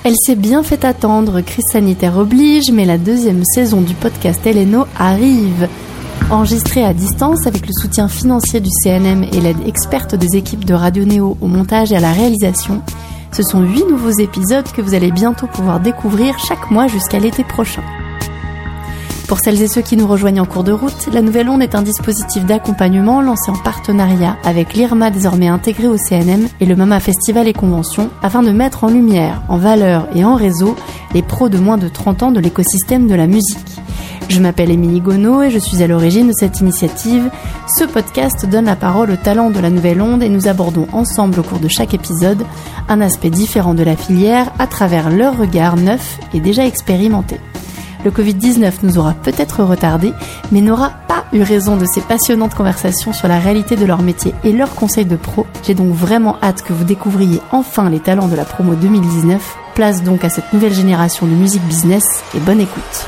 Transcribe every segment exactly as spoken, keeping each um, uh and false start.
Elle s'est bien fait attendre, crise sanitaire oblige, mais la deuxième saison du podcast Heleno arrive. Enregistrée à distance avec le soutien financier du C N M et l'aide experte des équipes de Radio Néo au montage et à la réalisation, ce sont huit nouveaux épisodes que vous allez bientôt pouvoir découvrir chaque mois jusqu'à l'été prochain. Pour celles et ceux qui nous rejoignent en cours de route, La Nouvelle Onde est un dispositif d'accompagnement lancé en partenariat avec l'I R M A désormais intégré au C N M et le MAMA Festival et Convention afin de mettre en lumière, en valeur et en réseau les pros de moins de trente ans de l'écosystème de la musique. Je m'appelle Émilie Gonneau et je suis à l'origine de cette initiative. Ce podcast donne la parole aux talents de La Nouvelle Onde et nous abordons ensemble au cours de chaque épisode un aspect différent de la filière à travers leur regard neuf et déjà expérimenté. Le covid dix-neuf nous aura peut-être retardés, mais n'aura pas eu raison de ces passionnantes conversations sur la réalité de leur métier et leurs conseils de pro. J'ai donc vraiment hâte que vous découvriez enfin les talents de la promo deux mille dix-neuf. Place donc à cette nouvelle génération de musique business et bonne écoute.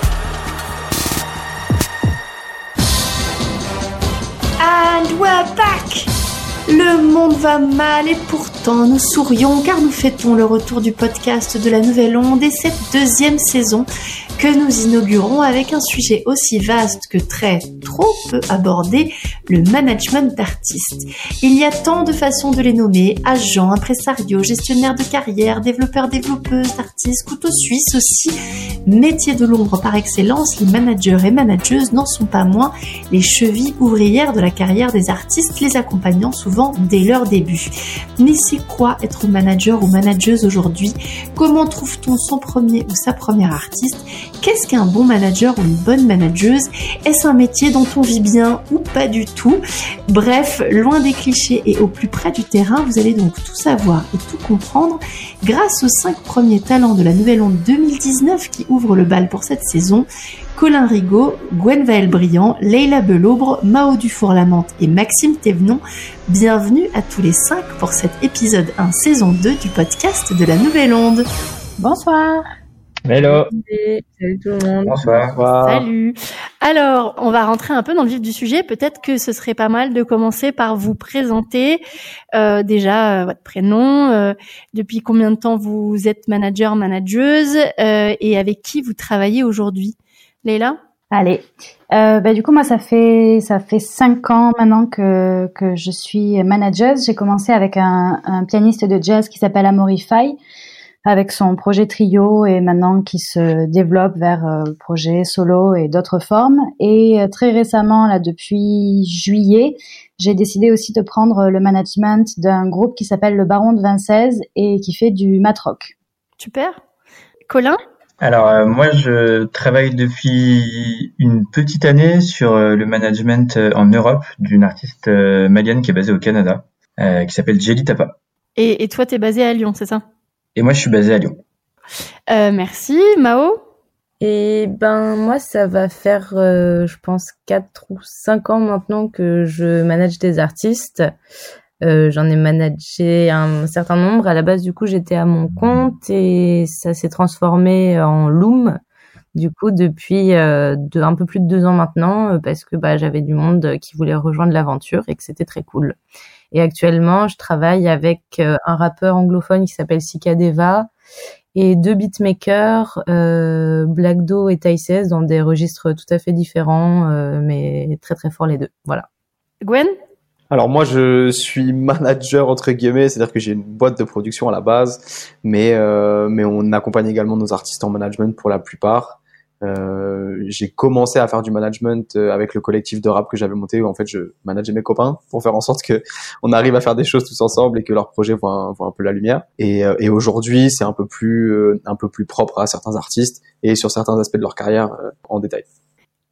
And we're back! Le monde va mal et pourtant nous sourions car nous fêtons le retour du podcast de La Nouvelle Onde et cette deuxième saison que nous inaugurons avec un sujet aussi vaste que très, trop peu abordé, le management d'artistes. Il y a tant de façons de les nommer, agents, impresarios, gestionnaires de carrière, développeurs, développeuses d'artistes, couteaux suisses aussi. Métier de l'ombre par excellence, les managers et manageuses n'en sont pas moins les chevilles ouvrières de la carrière des artistes, les accompagnant souvent dès leur début. Mais c'est quoi être manager ou manageuse aujourd'hui? Comment trouve-t-on son premier ou sa première artiste? Qu'est-ce qu'un bon manager ou une bonne manageuse? Est-ce un métier dont on vit bien ou pas du tout? Bref, loin des clichés et au plus près du terrain, vous allez donc tout savoir et tout comprendre grâce aux cinq premiers talents de La Nouvelle Onde deux mille dix-neuf qui ouvrent le bal pour cette saison. Colin Rigaud, Gwenvaëlle Briand, Leila Belaubre, Mao Dufour-Lamante et Maxime Thévenon. Bienvenue à tous les cinq pour cet épisode un saison deux du podcast de La Nouvelle Onde. Bonsoir. Hello. Salut tout le monde. Bonsoir. Salut. Alors, on va rentrer un peu dans le vif du sujet. Peut-être que ce serait pas mal de commencer par vous présenter euh, déjà euh, votre prénom, euh, depuis combien de temps vous êtes manager, manageuse euh, et avec qui vous travaillez aujourd'hui. Leila ? Allez. Euh, bah, du coup, moi, ça fait ça fait cinq ans maintenant que que je suis manageuse. J'ai commencé avec un, un pianiste de jazz qui s'appelle Amaury Faye, avec son projet trio et maintenant qui se développe vers euh, projet solo et d'autres formes. Et euh, très récemment, là depuis juillet, j'ai décidé aussi de prendre le management d'un groupe qui s'appelle le Baron de Vincennes et qui fait du mat rock. Super. Colin ? Alors euh, moi je travaille depuis une petite année sur euh, le management euh, en Europe d'une artiste euh, malienne qui est basée au Canada, euh, qui s'appelle Jelly Tapa. Et, et toi t'es basée à Lyon, c'est ça ? Et moi je suis basé à Lyon. Euh, merci. Mao ? Et ben moi ça va faire euh, je pense quatre ou cinq ans maintenant que je manage des artistes. Euh, j'en ai managé un certain nombre. À la base, du coup, j'étais à mon compte et ça s'est transformé en Loom. Du coup, depuis euh, de, un peu plus de deux ans maintenant, parce que bah j'avais du monde qui voulait rejoindre l'aventure et que c'était très cool. Et actuellement, je travaille avec euh, un rappeur anglophone qui s'appelle Sikadeva et deux beatmakers, euh, Black Do et Taïsès, dans des registres tout à fait différents, euh, mais très très forts les deux. Voilà. Gwen ? Alors moi je suis manager entre guillemets, c'est-à-dire que j'ai une boîte de production à la base, mais euh, mais on accompagne également nos artistes en management pour la plupart. Euh, j'ai commencé à faire du management avec le collectif de rap que j'avais monté où en fait je manageais mes copains pour faire en sorte que on arrive à faire des choses tous ensemble et que leurs projets voient un, voient un peu la lumière. Et, et aujourd'hui c'est un peu plus euh, un peu plus propre à certains artistes et sur certains aspects de leur carrière euh, en détail. Maxime ?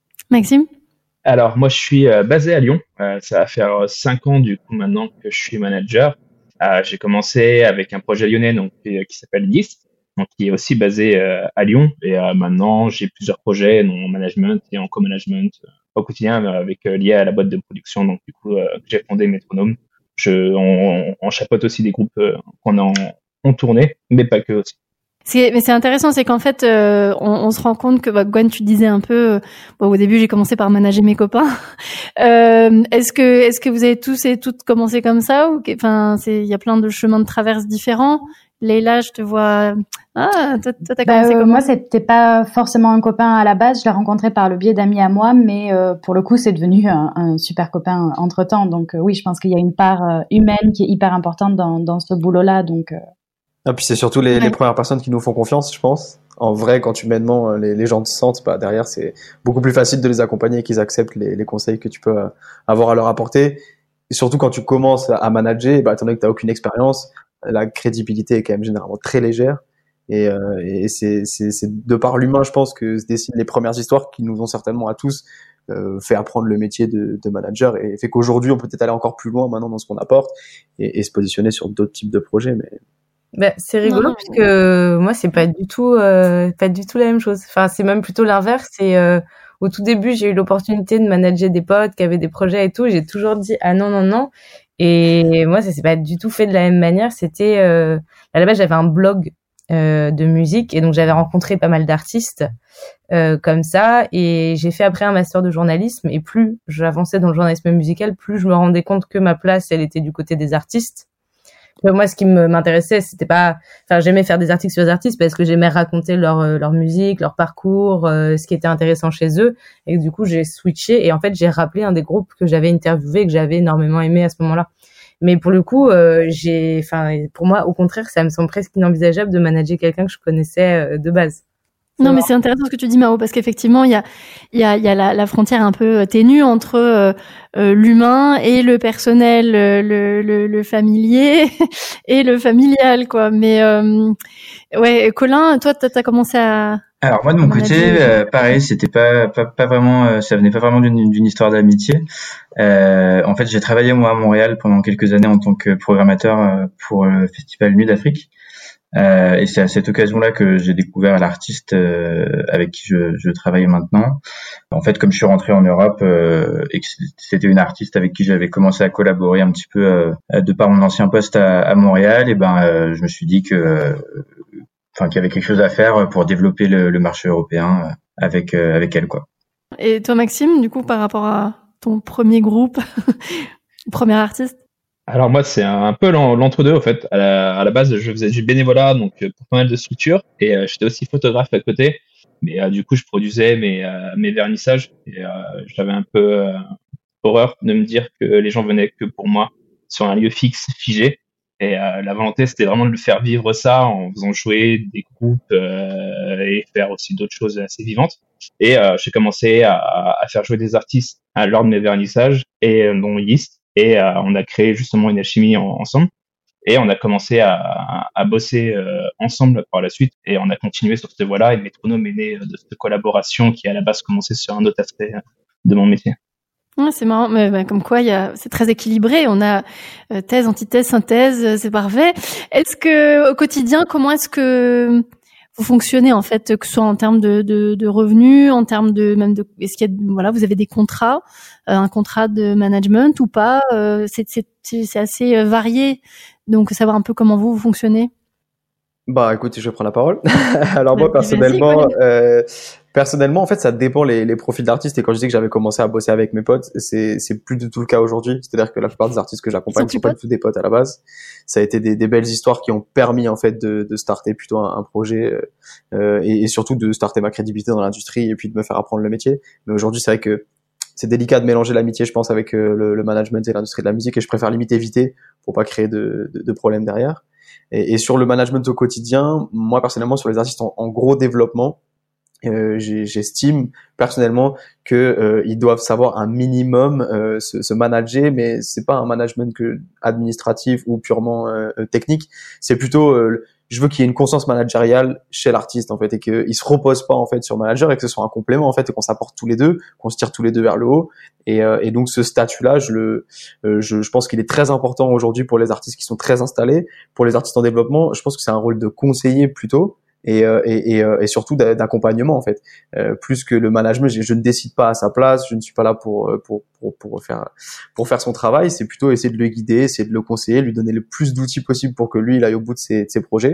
Alors moi je suis euh, basé à Lyon, euh, ça va faire cinq ans du coup maintenant que je suis manager. Euh, j'ai commencé avec un projet lyonnais donc qui, qui s'appelle List, donc qui est aussi basé euh, à Lyon et euh, maintenant j'ai plusieurs projets en management et en co-management euh, au quotidien avec euh, liés à la boîte de production donc du coup euh, que j'ai fondé Métronome. Je on, on chapeaute aussi des groupes euh, qu'on a en, en tournée, mais pas que aussi. C'est, mais c'est intéressant, c'est qu'en fait, euh, on, on se rend compte que, bah, Gwen, tu disais un peu, euh, bon, au début, j'ai commencé par manager mes copains. Euh, est-ce que, est-ce que vous avez tous et toutes commencé comme ça ou, enfin, c'est, il y a plein de chemins de traverse différents. Leïla, je te vois. Ah, toi, toi t'as bah, commencé euh, comment? Moi, c'était pas forcément un copain à la base. Je l'ai rencontré par le biais d'amis à moi, mais euh, pour le coup, c'est devenu un, un super copain entre temps. Donc euh, oui, je pense qu'il y a une part euh, humaine qui est hyper importante dans, dans ce boulot-là. Donc euh... Ah, puis c'est surtout les, Ouais. les premières personnes qui nous font confiance, je pense. En vrai, quand humainement euh, les, les gens te sentent, bah, derrière, c'est beaucoup plus facile de les accompagner et qu'ils acceptent les, les conseils que tu peux euh, avoir à leur apporter. Et surtout quand tu commences à manager, bah, étant donné que tu n'as aucune expérience, la crédibilité est quand même généralement très légère. Et, euh, et c'est, c'est, c'est de par l'humain, je pense, que se dessinent les premières histoires qui nous ont certainement à tous euh, fait apprendre le métier de, de manager et fait qu'aujourd'hui, on peut peut-être aller encore plus loin maintenant dans ce qu'on apporte et, et se positionner sur d'autres types de projets. Mais bah, c'est rigolo Non, non. puisque euh, moi c'est pas du tout euh, pas du tout la même chose. Enfin c'est même plutôt l'inverse. C'est euh, au tout début j'ai eu l'opportunité de manager des potes qui avaient des projets et tout. J'ai toujours dit ah non non non. Et moi ça s'est pas du tout fait de la même manière. C'était euh, à la base j'avais un blog euh, de musique et donc j'avais rencontré pas mal d'artistes euh, comme ça et j'ai fait après un master de journalisme et plus j'avançais dans le journalisme musical, plus je me rendais compte que ma place elle était du côté des artistes. Moi, ce qui me m'intéressait, c'était pas, enfin, j'aimais faire des articles sur les artistes parce que j'aimais raconter leur leur musique, leur parcours, euh, ce qui était intéressant chez eux. Et du coup, j'ai switché et en fait, j'ai rappelé un des groupes que j'avais interviewé et que j'avais énormément aimé à ce moment-là. Mais pour le coup, euh, j'ai, enfin, pour moi, au contraire, ça me semble presque inenvisageable de manager quelqu'un que je connaissais euh, de base. Non, mais c'est intéressant ce que tu dis, Mao, parce qu'effectivement, il y a, il y a, il y a la, la frontière un peu ténue entre euh, euh, l'humain et le personnel, le, le, le familier et le familial, quoi. Mais euh, ouais, Colin, toi, t'as, t'as commencé à. Alors moi de mon côté, euh, pareil, c'était pas, pas pas vraiment, euh, ça venait pas vraiment d'une d'une histoire d'amitié. Euh, en fait, j'ai travaillé moi à Montréal pendant quelques années en tant que programmateur euh, pour le festival Nuit d'Afrique. Euh, et c'est à cette occasion-là que j'ai découvert l'artiste euh, avec qui je, je travaille maintenant. En fait, comme je suis rentré en Europe euh, et que c'était une artiste avec qui j'avais commencé à collaborer un petit peu euh, de par mon ancien poste à, à Montréal, et ben euh, je me suis dit que, euh, enfin, qu'il y avait quelque chose à faire pour développer le, le marché européen avec euh, avec elle, quoi. Et toi, Maxime, du coup, par rapport à ton premier groupe, premier artiste? Alors moi, c'est un peu l'entre-deux, en fait. À la, à la base, je faisais du bénévolat, donc pour pas mal de structures, et euh, j'étais aussi photographe à côté. Mais euh, du coup, je produisais mes, euh, mes vernissages, et euh, j'avais un peu euh, horreur de me dire que les gens venaient que pour moi, sur un lieu fixe, figé. Et euh, la volonté, c'était vraiment de le faire vivre ça en faisant jouer des groupes euh, et faire aussi d'autres choses assez vivantes. Et euh, j'ai commencé à, à faire jouer des artistes à lors de mes vernissages, et euh, dont Yeast. Et euh, on a créé justement une alchimie en, ensemble. Et on a commencé à, à, à bosser euh, ensemble par la suite. Et on a continué sur cette voie-là. Et Métronome est né de cette collaboration qui, à la base, commençait sur un autre aspect de mon métier. Ouais, c'est marrant, mais bah, comme quoi, il y a, c'est très équilibré. On a euh, thèse, antithèse, synthèse, c'est parfait. Est-ce que au quotidien, comment est-ce que vous fonctionnez en fait, que ce soit en termes de, de, de revenus, en termes de même de, est-ce qu'il y a, voilà, vous avez des contrats, euh, un contrat de management ou pas, euh, c'est, c'est, c'est assez euh, varié. Donc savoir un peu comment vous, vous fonctionnez. Bah, écoute, je prends la parole. Alors moi, personnellement, euh, personnellement, en fait, ça dépend les, les profils d'artistes. Et quand je dis que j'avais commencé à bosser avec mes potes, c'est c'est plus du tout le cas aujourd'hui. C'est-à-dire que la plupart des artistes que j'accompagne ne sont pas du tout des potes à la base. Ça a été des, des belles histoires qui ont permis en fait de, de starter plutôt un, un projet euh, et, et surtout de starter ma crédibilité dans l'industrie et puis de me faire apprendre le métier. Mais aujourd'hui, c'est vrai que c'est délicat de mélanger l'amitié, je pense, avec euh, le, le management et l'industrie de la musique. Et je préfère limite éviter pour pas créer de, de, de problèmes derrière. Et, et sur le management au quotidien, moi personnellement sur les artistes en, en gros développement, euh, j'estime personnellement que euh, ils doivent savoir un minimum euh, se, se manager, mais c'est pas un management que administratif ou purement euh, technique. C'est plutôt euh, je veux qu'il y ait une conscience managériale chez l'artiste en fait et qu'il se repose pas en fait sur manager et que ce soit un complément en fait et qu'on s'apporte tous les deux, qu'on se tire tous les deux vers le haut. Et, euh, et donc ce statut-là, je le, euh, je, je pense qu'il est très important aujourd'hui pour les artistes qui sont très installés. Pour les artistes en développement, je pense que c'est un rôle de conseiller plutôt. Et, euh, et, et, et surtout d'accompagnement en fait, euh, plus que le management. Je, je ne décide pas à sa place, je ne suis pas là pour pour pour pour faire pour faire son travail. C'est plutôt essayer de le guider, essayer de le conseiller, lui donner le plus d'outils possible pour que lui il aille au bout de ses, de ses projets.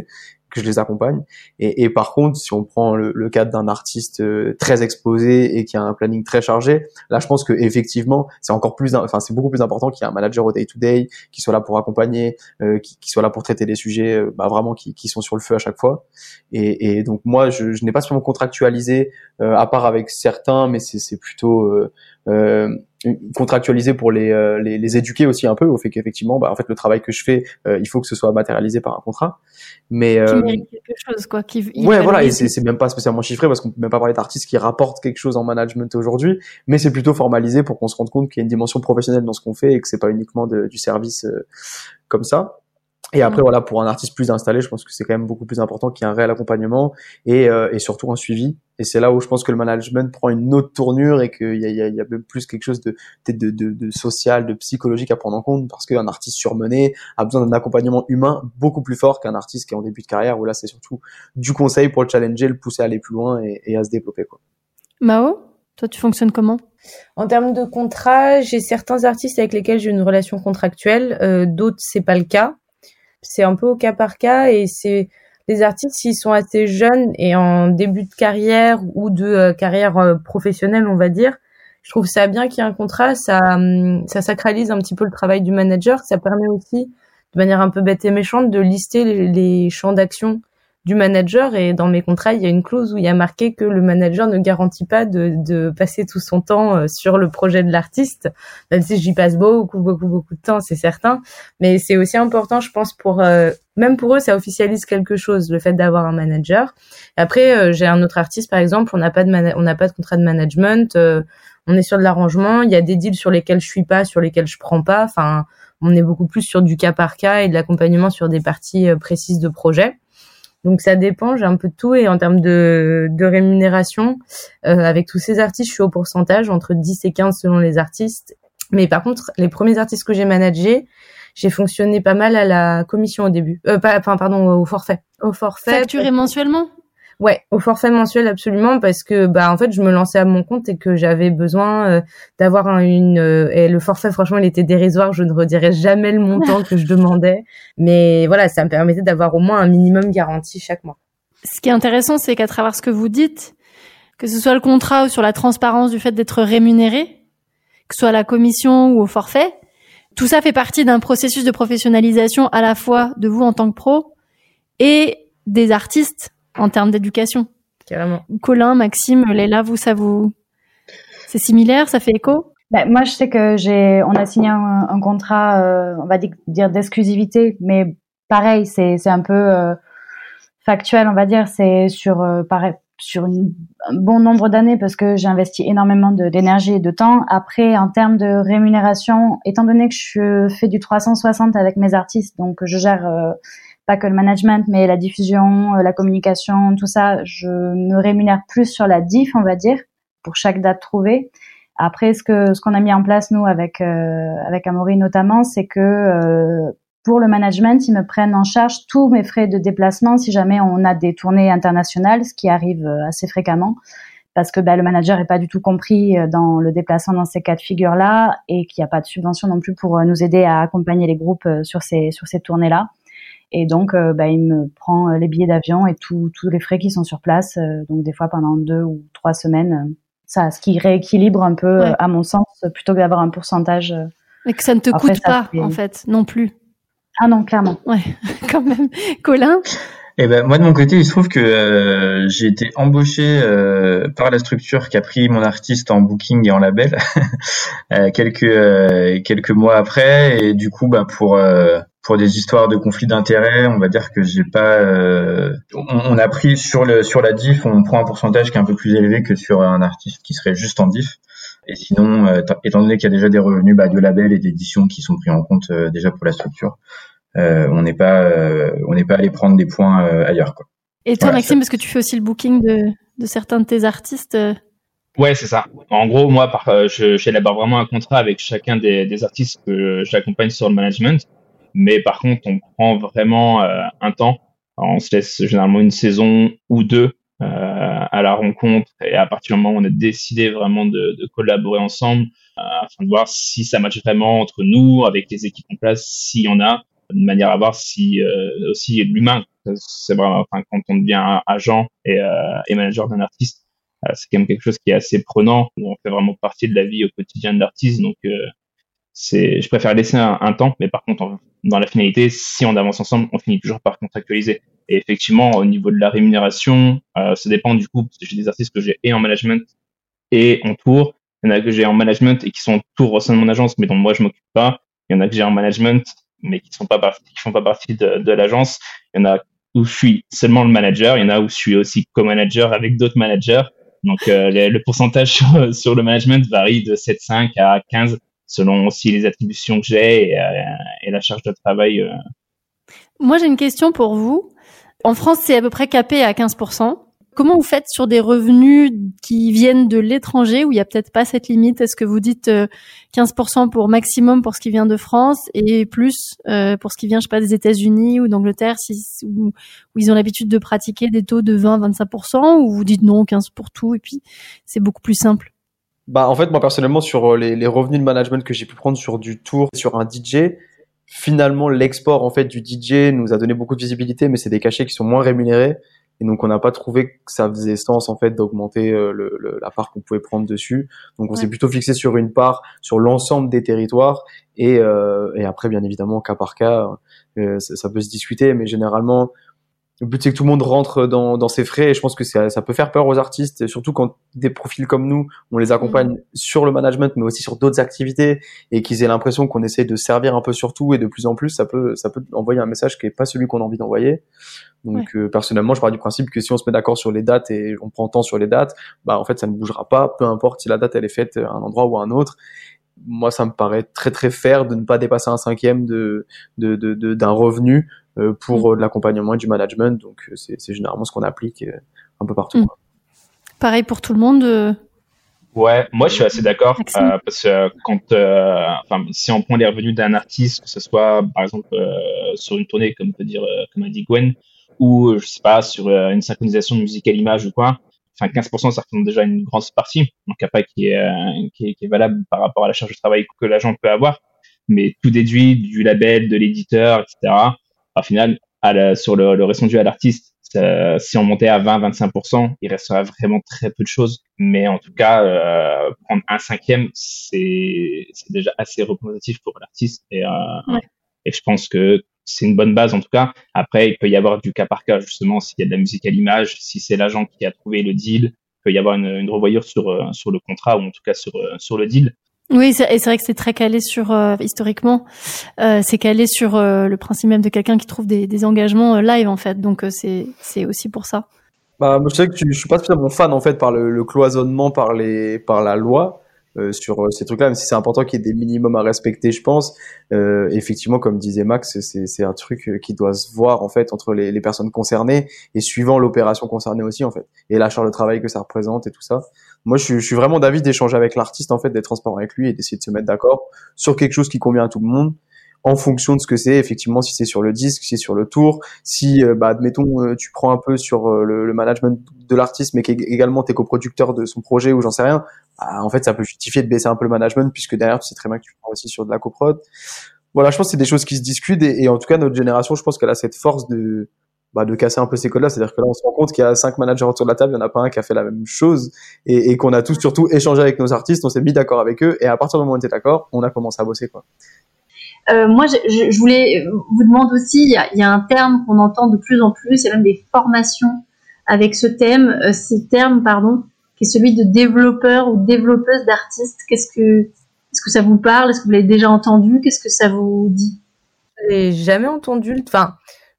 que je les accompagne. Et, et par contre, si on prend le, le cadre d'un artiste euh, très exposé et qui a un planning très chargé, là, je pense que effectivement, c'est encore plus, enfin, c'est beaucoup plus important qu'il y ait un manager au day-to-day qui soit là pour accompagner, euh, qui, qui soit là pour traiter des sujets, euh, bah, vraiment qui, qui sont sur le feu à chaque fois. Et, et donc moi, je, je n'ai pas seulement contractualisé, euh, à part avec certains, mais c'est, c'est plutôt euh, euh, contractualisé pour les, euh, les les éduquer aussi un peu au fait qu'effectivement, bah, en fait, le travail que je fais, euh, il faut que ce soit matérialisé par un contrat. Mais Qui euh, mérite quelque chose, quoi. Qui, ouais, voilà, et c'est, c'est même pas spécialement chiffré parce qu'on peut même pas parler d'artistes qui rapportent quelque chose en management aujourd'hui, mais c'est plutôt formalisé pour qu'on se rende compte qu'il y a une dimension professionnelle dans ce qu'on fait et que c'est pas uniquement de, du service euh, comme ça. Et après, voilà, pour un artiste plus installé, je pense que c'est quand même beaucoup plus important qu'il y ait un réel accompagnement et, euh, et surtout un suivi. Et c'est là où je pense que le management prend une autre tournure et qu'il y a, il y a, il y a même plus quelque chose de, de, de, de social, de psychologique à prendre en compte parce qu'un artiste surmené a besoin d'un accompagnement humain beaucoup plus fort qu'un artiste qui est en début de carrière où là, c'est surtout du conseil pour le challenger, le pousser à aller plus loin et, et à se développer, quoi. Mao, toi, tu fonctionnes comment? En termes de contrat, j'ai certains artistes avec lesquels j'ai une relation contractuelle, euh, d'autres, c'est pas le cas. C'est un peu au cas par cas et c'est les artistes s'ils sont assez jeunes et en début de carrière ou de euh, carrière euh, professionnelle, on va dire. Je trouve ça bien qu'il y ait un contrat, ça ça sacralise un petit peu le travail du manager, ça permet aussi de manière un peu bête et méchante de lister les, les champs d'action du manager et dans mes contrats, il y a une clause où il y a marqué que le manager ne garantit pas de, de passer tout son temps sur le projet de l'artiste, même si j'y passe beaucoup, beaucoup, beaucoup de temps, c'est certain. Mais c'est aussi important, je pense, pour euh, même pour eux, ça officialise quelque chose, le fait d'avoir un manager. Après, euh, j'ai un autre artiste, par exemple, on n'a pas de mana- on n'a pas de contrat de management, euh, on est sur de l'arrangement, il y a des deals sur lesquels je suis pas, sur lesquels je prends pas. Enfin, on est beaucoup plus sur du cas par cas et de l'accompagnement sur des parties euh, précises de projet. Donc ça dépend, j'ai un peu de tout et en termes de, de rémunération, euh, avec tous ces artistes, je suis au pourcentage entre dix et quinze selon les artistes. Mais par contre, les premiers artistes que j'ai managés, j'ai fonctionné pas mal à la commission au début. Euh, pas, enfin, pardon, au forfait. Au forfait. Facturé mensuellement? Ouais, au forfait mensuel absolument parce que bah en fait je me lançais à mon compte et que j'avais besoin euh, d'avoir un, une euh, et le forfait franchement il était dérisoire, je ne redirai jamais le montant que je demandais, mais voilà, ça me permettait d'avoir au moins un minimum garanti chaque mois. Ce qui est intéressant, c'est qu'à travers ce que vous dites, que ce soit le contrat ou sur la transparence du fait d'être rémunéré, que ce soit à la commission ou au forfait, tout ça fait partie d'un processus de professionnalisation à la fois de vous en tant que pro et des artistes en termes d'éducation. Carrément. Colin, Maxime, Leila, vous, ça vous, c'est similaire, ça fait écho? Ben, moi, je sais que j'ai, on a signé un, un contrat, euh, on va dire, dire d'exclusivité, mais pareil, c'est, c'est un peu euh, factuel, on va dire, c'est sur, euh, pareil, sur une, un bon nombre d'années parce que j'ai investi énormément de, d'énergie et de temps. Après, en termes de rémunération, étant donné que je fais du trois cent soixante avec mes artistes, donc je gère euh, pas que le management, mais la diffusion, la communication, tout ça, je me rémunère plus sur la diff, on va dire, pour chaque date trouvée. Après, ce que ce qu'on a mis en place nous avec euh, avec Amaury notamment, c'est que euh, pour le management, ils me prennent en charge tous mes frais de déplacement si jamais on a des tournées internationales, ce qui arrive assez fréquemment, parce que bah, le manager est pas du tout compris dans le déplacement dans ces cas de figure-là et qu'il n'y a pas de subvention non plus pour nous aider à accompagner les groupes sur ces sur ces tournées-là. Et donc, euh, bah, il me prend les billets d'avion et tous tous les frais qui sont sur place. Euh, donc, des fois, pendant deux ou trois semaines, ça, ce qui rééquilibre un peu, ouais. euh, à mon sens, plutôt que d'avoir un pourcentage. Euh, et que ça ne te Après, coûte pas, fait... en fait, non plus. Ah non, clairement. Ouais, quand même. Colin? Eh ben moi de mon côté, il se trouve que euh, j'ai été embauché euh, par la structure qui a pris mon artiste en booking et en label euh, quelques euh, quelques mois après, et du coup bah pour euh, pour des histoires de conflit d'intérêts, on va dire que j'ai pas euh, on, on a pris sur le sur la diff, on prend un pourcentage qui est un peu plus élevé que sur un artiste qui serait juste en diff. Et sinon, euh, étant donné qu'il y a déjà des revenus bah, de label et d'édition qui sont pris en compte euh, déjà pour la structure, Euh, on n'est pas euh, on n'est pas allé prendre des points euh, ailleurs, quoi. Et toi, voilà, Maxime, ça... parce que tu fais aussi le booking de de certains de tes artistes. Euh... Ouais, c'est ça. En gros, moi, par, euh, je j'élabore vraiment un contrat avec chacun des des artistes que j'accompagne sur le management. Mais par contre, on prend vraiment euh, un temps. Alors, on se laisse généralement une saison ou deux euh, à la rencontre, et à partir du moment où on a décidé vraiment de, de collaborer ensemble, euh, afin de voir si ça matche vraiment entre nous, avec les équipes en place, s'il y en a. de manière à voir si euh, aussi l'humain, c'est vraiment, enfin, quand on devient agent et, euh, et manager d'un artiste, euh, c'est quand même quelque chose qui est assez prenant, où on fait vraiment partie de la vie au quotidien de l'artiste. Donc, euh, c'est, je préfère laisser un, un temps, mais par contre, en, dans la finalité, si on avance ensemble, on finit toujours par contractualiser. Et effectivement, au niveau de la rémunération, euh, ça dépend du coup, parce que j'ai des artistes que j'ai et en management et en tour. Il y en a que j'ai en management et qui sont en tour au sein de mon agence, mais dont moi je m'occupe pas. Il y en a que j'ai en management, mais qui sont pas partie, qui font pas partie de, de l'agence. Il y en a où je suis seulement le manager. Il y en a où je suis aussi co-manager avec d'autres managers. Donc euh, les, le pourcentage sur, sur le management varie de sept virgule cinq à quinze selon aussi les attributions que j'ai et, euh, et la charge de travail. Euh. Moi, j'ai une question pour vous. En France, c'est à peu près capé à quinze pour cent. Comment vous faites sur des revenus qui viennent de l'étranger où il y a peut-être pas cette limite? Est-ce que vous dites quinze pour cent pour maximum pour ce qui vient de France et plus euh, pour ce qui vient, je sais pas, des États-Unis ou d'Angleterre, si, où, où ils ont l'habitude de pratiquer des taux de vingt à vingt-cinq pour cent, ou vous dites non, quinze pour tout et puis c'est beaucoup plus simple? Bah, en fait, moi, personnellement, sur les, les revenus de management que j'ai pu prendre sur du tour, sur un D J, finalement, l'export, en fait, du D J nous a donné beaucoup de visibilité, mais c'est des cachets qui sont moins rémunérés. Et donc, on n'a pas trouvé que ça faisait sens, en fait, d'augmenter euh, le, le, la part qu'on pouvait prendre dessus. Donc, on ouais. s'est plutôt fixé sur une part sur l'ensemble des territoires. Et, euh, et après, bien évidemment, cas par cas, euh, ça, ça peut se discuter. Mais généralement, le but, c'est que tout le monde rentre dans, dans ses frais. Et je pense que ça, ça peut faire peur aux artistes, surtout quand des profils comme nous, on les accompagne mmh. sur le management, mais aussi sur d'autres activités, et qu'ils aient l'impression qu'on essaie de servir un peu sur tout. Et de plus en plus, ça peut, ça peut envoyer un message qui est pas celui qu'on a envie d'envoyer. Donc, ouais. euh, personnellement, je pars du principe que si on se met d'accord sur les dates et on prend temps sur les dates, bah, en fait, ça ne bougera pas, peu importe si la date, elle est faite à un endroit ou à un autre. Moi, ça me paraît très, très fair de ne pas dépasser un cinquième de, de, de, de d'un revenu, euh, pour mmh. de l'accompagnement et du management. Donc, c'est, c'est généralement ce qu'on applique euh, un peu partout. Mmh. Pareil pour tout le monde. Euh... Ouais, moi, je suis assez d'accord, euh, parce que euh, quand, euh, enfin, si on prend les revenus d'un artiste, que ce soit, par exemple, euh, sur une tournée, comme peut dire, euh, comme a dit Gwen, ou, je sais pas, sur euh, une synchronisation de musique à l'image ou quoi, enfin, quinze pour cent, ça représente déjà une grosse partie, donc après, qui est, euh, qui est, qui est valable par rapport à la charge de travail que l'agent peut avoir, mais tout déduit du label, de l'éditeur, et cetera. Au final, à la, sur le, le reste dû à l'artiste, ça, si on montait à vingt à vingt-cinq pour cent, il resterait vraiment très peu de choses. Mais en tout cas, euh, prendre un cinquième, c'est, c'est déjà assez représentatif pour l'artiste. Et, euh, ouais. et je pense que c'est une bonne base en tout cas. Après, il peut y avoir du cas par cas, justement, s'il y a de la musique à l'image, si c'est l'agent qui a trouvé le deal, il peut y avoir une, une revoyure sur, sur le contrat ou en tout cas sur, sur le deal. Oui, c'est, et c'est vrai que c'est très calé sur, euh, historiquement, euh, c'est calé sur euh, le principe même de quelqu'un qui trouve des, des engagements euh, live en fait. Donc euh, c'est, c'est aussi pour ça. Bah, moi, je sais que tu, je suis pas spécialement fan en fait par le, le cloisonnement par les, par la loi euh, sur euh, ces trucs-là, même si c'est important qu'il y ait des minimums à respecter, je pense. Euh, effectivement, comme disait Max, c'est, c'est un truc qui doit se voir en fait entre les, les personnes concernées et suivant l'opération concernée aussi en fait, et la charge de travail que ça représente et tout ça. Moi, je suis, je suis vraiment d'avis d'échanger avec l'artiste, en fait, d'être transparent avec lui et d'essayer de se mettre d'accord sur quelque chose qui convient à tout le monde, en fonction de ce que c'est, effectivement, si c'est sur le disque, si c'est sur le tour, si, euh, bah, admettons, euh, tu prends un peu sur euh, le, le management de l'artiste, mais qu'également t'es coproducteur de son projet ou j'en sais rien, bah, en fait, ça peut justifier de baisser un peu le management, puisque derrière, tu sais très bien que tu prends aussi sur de la coprod. Voilà, je pense que c'est des choses qui se discutent et, et en tout cas, notre génération, je pense qu'elle a cette force de, bah, de casser un peu ces codes-là. C'est-à-dire que là, on se rend compte qu'il y a cinq managers autour de la table, il n'y en a pas un qui a fait la même chose et, et qu'on a tous surtout échangé avec nos artistes, on s'est mis d'accord avec eux et à partir du moment où on était d'accord, on a commencé à bosser, quoi. Euh, moi, je, je, je voulais vous demander aussi, il y, a, il y a un terme qu'on entend de plus en plus, il y a même des formations avec ce thème, euh, ce terme, pardon, qui est celui de développeur ou développeuse d'artistes. Qu'est-ce que, est-ce que ça vous parle? Est-ce que vous l'avez déjà entendu? Qu'est-ce que ça vous dit? Je l'ai jamais entendu, enfin,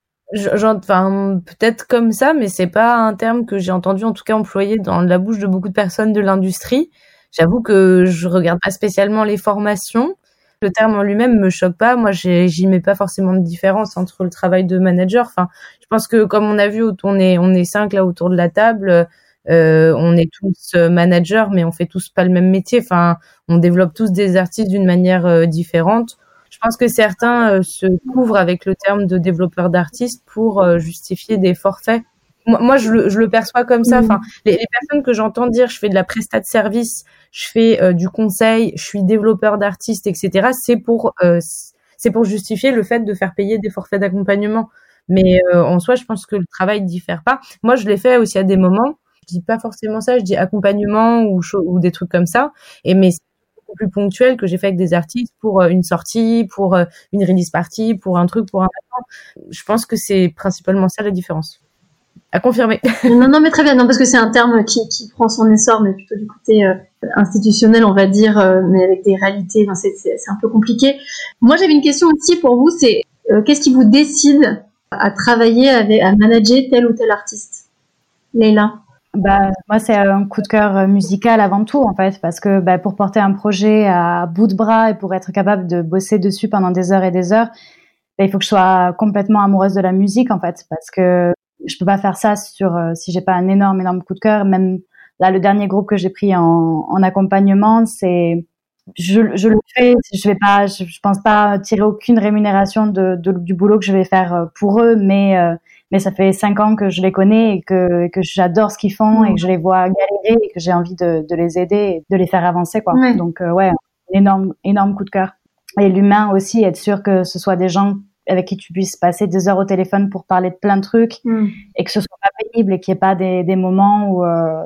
enfin, peut-être comme ça, mais c'est pas un terme que j'ai entendu, en tout cas, employé dans la bouche de beaucoup de personnes de l'industrie. J'avoue que je regarde pas spécialement les formations. Le terme en lui-même me choque pas. Moi, j'ai, j'y mets pas forcément de différence entre le travail de manager. Enfin, je pense que comme on a vu, on est, on est cinq là autour de la table. Euh, on est tous managers, mais on fait tous pas le même métier. Enfin, on développe tous des artistes d'une manière euh, différente. Je pense que certains euh, se couvrent avec le terme de développeur d'artistes pour euh, justifier des forfaits. Moi, moi je, le, je le perçois comme ça. Enfin, les, les personnes que j'entends dire, je fais de la prestat de service, je fais euh, du conseil, je suis développeur d'artistes, et cetera. C'est pour, euh, c'est pour justifier le fait de faire payer des forfaits d'accompagnement. Mais euh, en soi, je pense que le travail diffère pas. Moi, je l'ai fait aussi à des moments. Je dis pas forcément ça, je dis accompagnement ou, cho- ou des trucs comme ça. Et mais c'est beaucoup plus ponctuel que j'ai fait avec des artistes pour euh, une sortie, pour euh, une release party, pour un truc, pour un. Je pense que c'est principalement ça la différence. À confirmer. Non, non, mais très bien. Non, parce que c'est un terme qui, qui prend son essor, mais plutôt du côté euh, institutionnel, on va dire, euh, mais avec des réalités. Enfin, c'est, c'est, c'est un peu compliqué. Moi, j'avais une question aussi pour vous. C'est euh, qu'est-ce qui vous décide à travailler avec, à manager tel ou tel artiste, Leïla? Bah, moi, c'est un coup de cœur musical avant tout, en fait, parce que bah, pour porter un projet à bout de bras et pour être capable de bosser dessus pendant des heures et des heures, bah, il faut que je sois complètement amoureuse de la musique, en fait, parce que je peux pas faire ça sur euh, si j'ai pas un énorme, énorme coup de cœur. Même là, le dernier groupe que j'ai pris en, en accompagnement, c'est je, je le fais, je vais pas, je, je pense pas tirer aucune rémunération de, de, du boulot que je vais faire pour eux, mais euh, mais ça fait cinq ans que je les connais et que que j'adore ce qu'ils font et que je les vois galérer et que j'ai envie de, de les aider et de les faire avancer, quoi. Ouais. Donc euh, ouais, un énorme, énorme coup de cœur. Et l'humain aussi, être sûr que ce soit des gens avec qui tu puisses passer des heures au téléphone pour parler de plein de trucs mm. et que ce soit pas pénible et qu'il n'y ait pas des, des moments où, euh,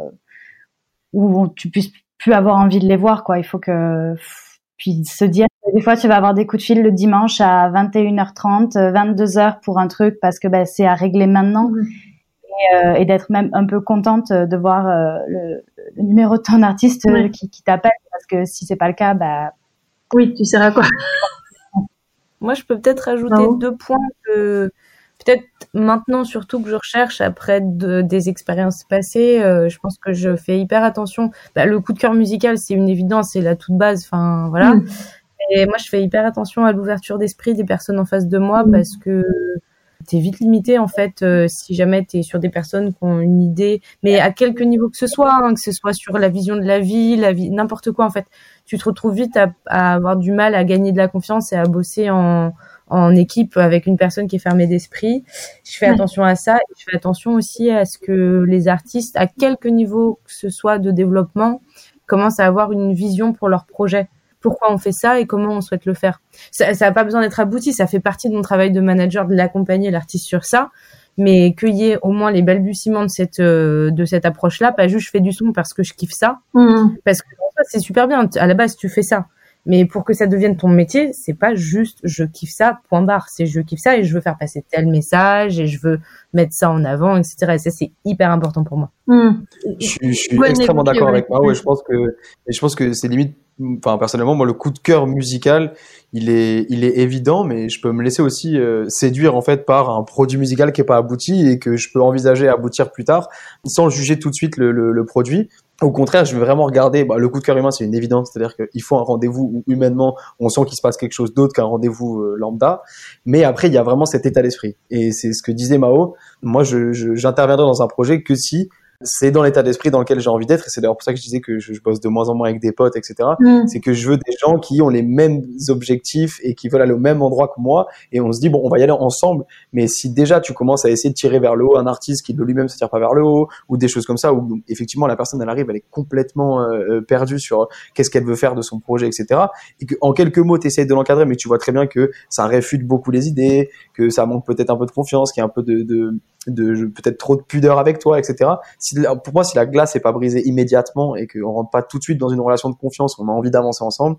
où tu puisses plus avoir envie de les voir, quoi. Il faut que, puis se dire que des fois tu vas avoir des coups de fil le dimanche à vingt et une heures trente, vingt-deux heures pour un truc parce que ben, c'est à régler maintenant mm. et, euh, et d'être même un peu contente de voir euh, le, le numéro de ton artiste mm. qui, qui t'appelle parce que si c'est pas le cas, bah. Oui, tu sais à quoi. Moi, je peux peut-être ajouter oh. deux points que peut-être maintenant surtout que je recherche après de, des expériences passées. Euh, je pense que je fais hyper attention. Bah, le coup de cœur musical, c'est une évidence, c'est la toute base. Enfin, voilà. Mm. Et moi, je fais hyper attention à l'ouverture d'esprit des personnes en face de moi mm. parce que t'es vite limité en fait euh, si jamais t'es sur des personnes qui ont une idée, mais à quelque niveau que ce soit, hein, que ce soit sur la vision de la vie, la vie, n'importe quoi en fait. Tu te retrouves vite à, à avoir du mal à gagner de la confiance et à bosser en, en équipe avec une personne qui est fermée d'esprit. Je fais ouais. attention à ça et je fais attention aussi à ce que les artistes, à quelque niveau que ce soit de développement, commencent à avoir une vision pour leur projet. Pourquoi on fait ça et comment on souhaite le faire. Ça n'a pas besoin d'être abouti, ça fait partie de mon travail de manager de l'accompagner l'artiste sur ça, mais qu'il y ait au moins les balbutiements de cette euh, de cette approche-là, pas juste je fais du son parce que je kiffe ça, mmh. parce que en fait, c'est super bien, à la base tu fais ça, mais pour que ça devienne ton métier, c'est pas juste je kiffe ça, point barre, c'est je kiffe ça et je veux faire passer tel message et je veux mettre ça en avant, et cetera. Et ça c'est hyper important pour moi. Mmh. Je, je suis ouais, extrêmement d'accord avec moi, ouais, je pense que et je pense que c'est limite. Enfin, personnellement, moi, le coup de cœur musical, il est, il est évident, mais je peux me laisser aussi euh, séduire en fait par un produit musical qui est pas abouti et que je peux envisager aboutir plus tard, sans juger tout de suite le, le, le produit. Au contraire, je vais vraiment regarder. Bah, le coup de cœur humain, c'est une évidence, c'est-à-dire qu'il faut un rendez-vous où humainement, on sent qu'il se passe quelque chose d'autre qu'un rendez-vous euh, lambda. Mais après, il y a vraiment cet état d'esprit, et c'est ce que disait Mao. Moi, je, je, j'interviendrai dans un projet que si c'est dans l'état d'esprit dans lequel j'ai envie d'être, et c'est d'ailleurs pour ça que je disais que je, je bosse de moins en moins avec des potes, et cetera. Mm. C'est que je veux des gens qui ont les mêmes objectifs et qui veulent aller au même endroit que moi, et on se dit bon, on va y aller ensemble. Mais si déjà tu commences à essayer de tirer vers le haut un artiste qui de lui-même se tire pas vers le haut, ou des choses comme ça, où effectivement la personne elle arrive, elle est complètement euh, perdue sur qu'est-ce qu'elle veut faire de son projet, et cetera. Et que en quelques mots t'essayes de l'encadrer, mais tu vois très bien que ça réfute beaucoup les idées, que ça manque peut-être un peu de confiance, qu'il y a un peu de, de de peut-être trop de pudeur avec toi, et cetera. Si, pour moi, si la glace est pas brisée immédiatement et qu'on rentre pas tout de suite dans une relation de confiance, on a envie d'avancer ensemble,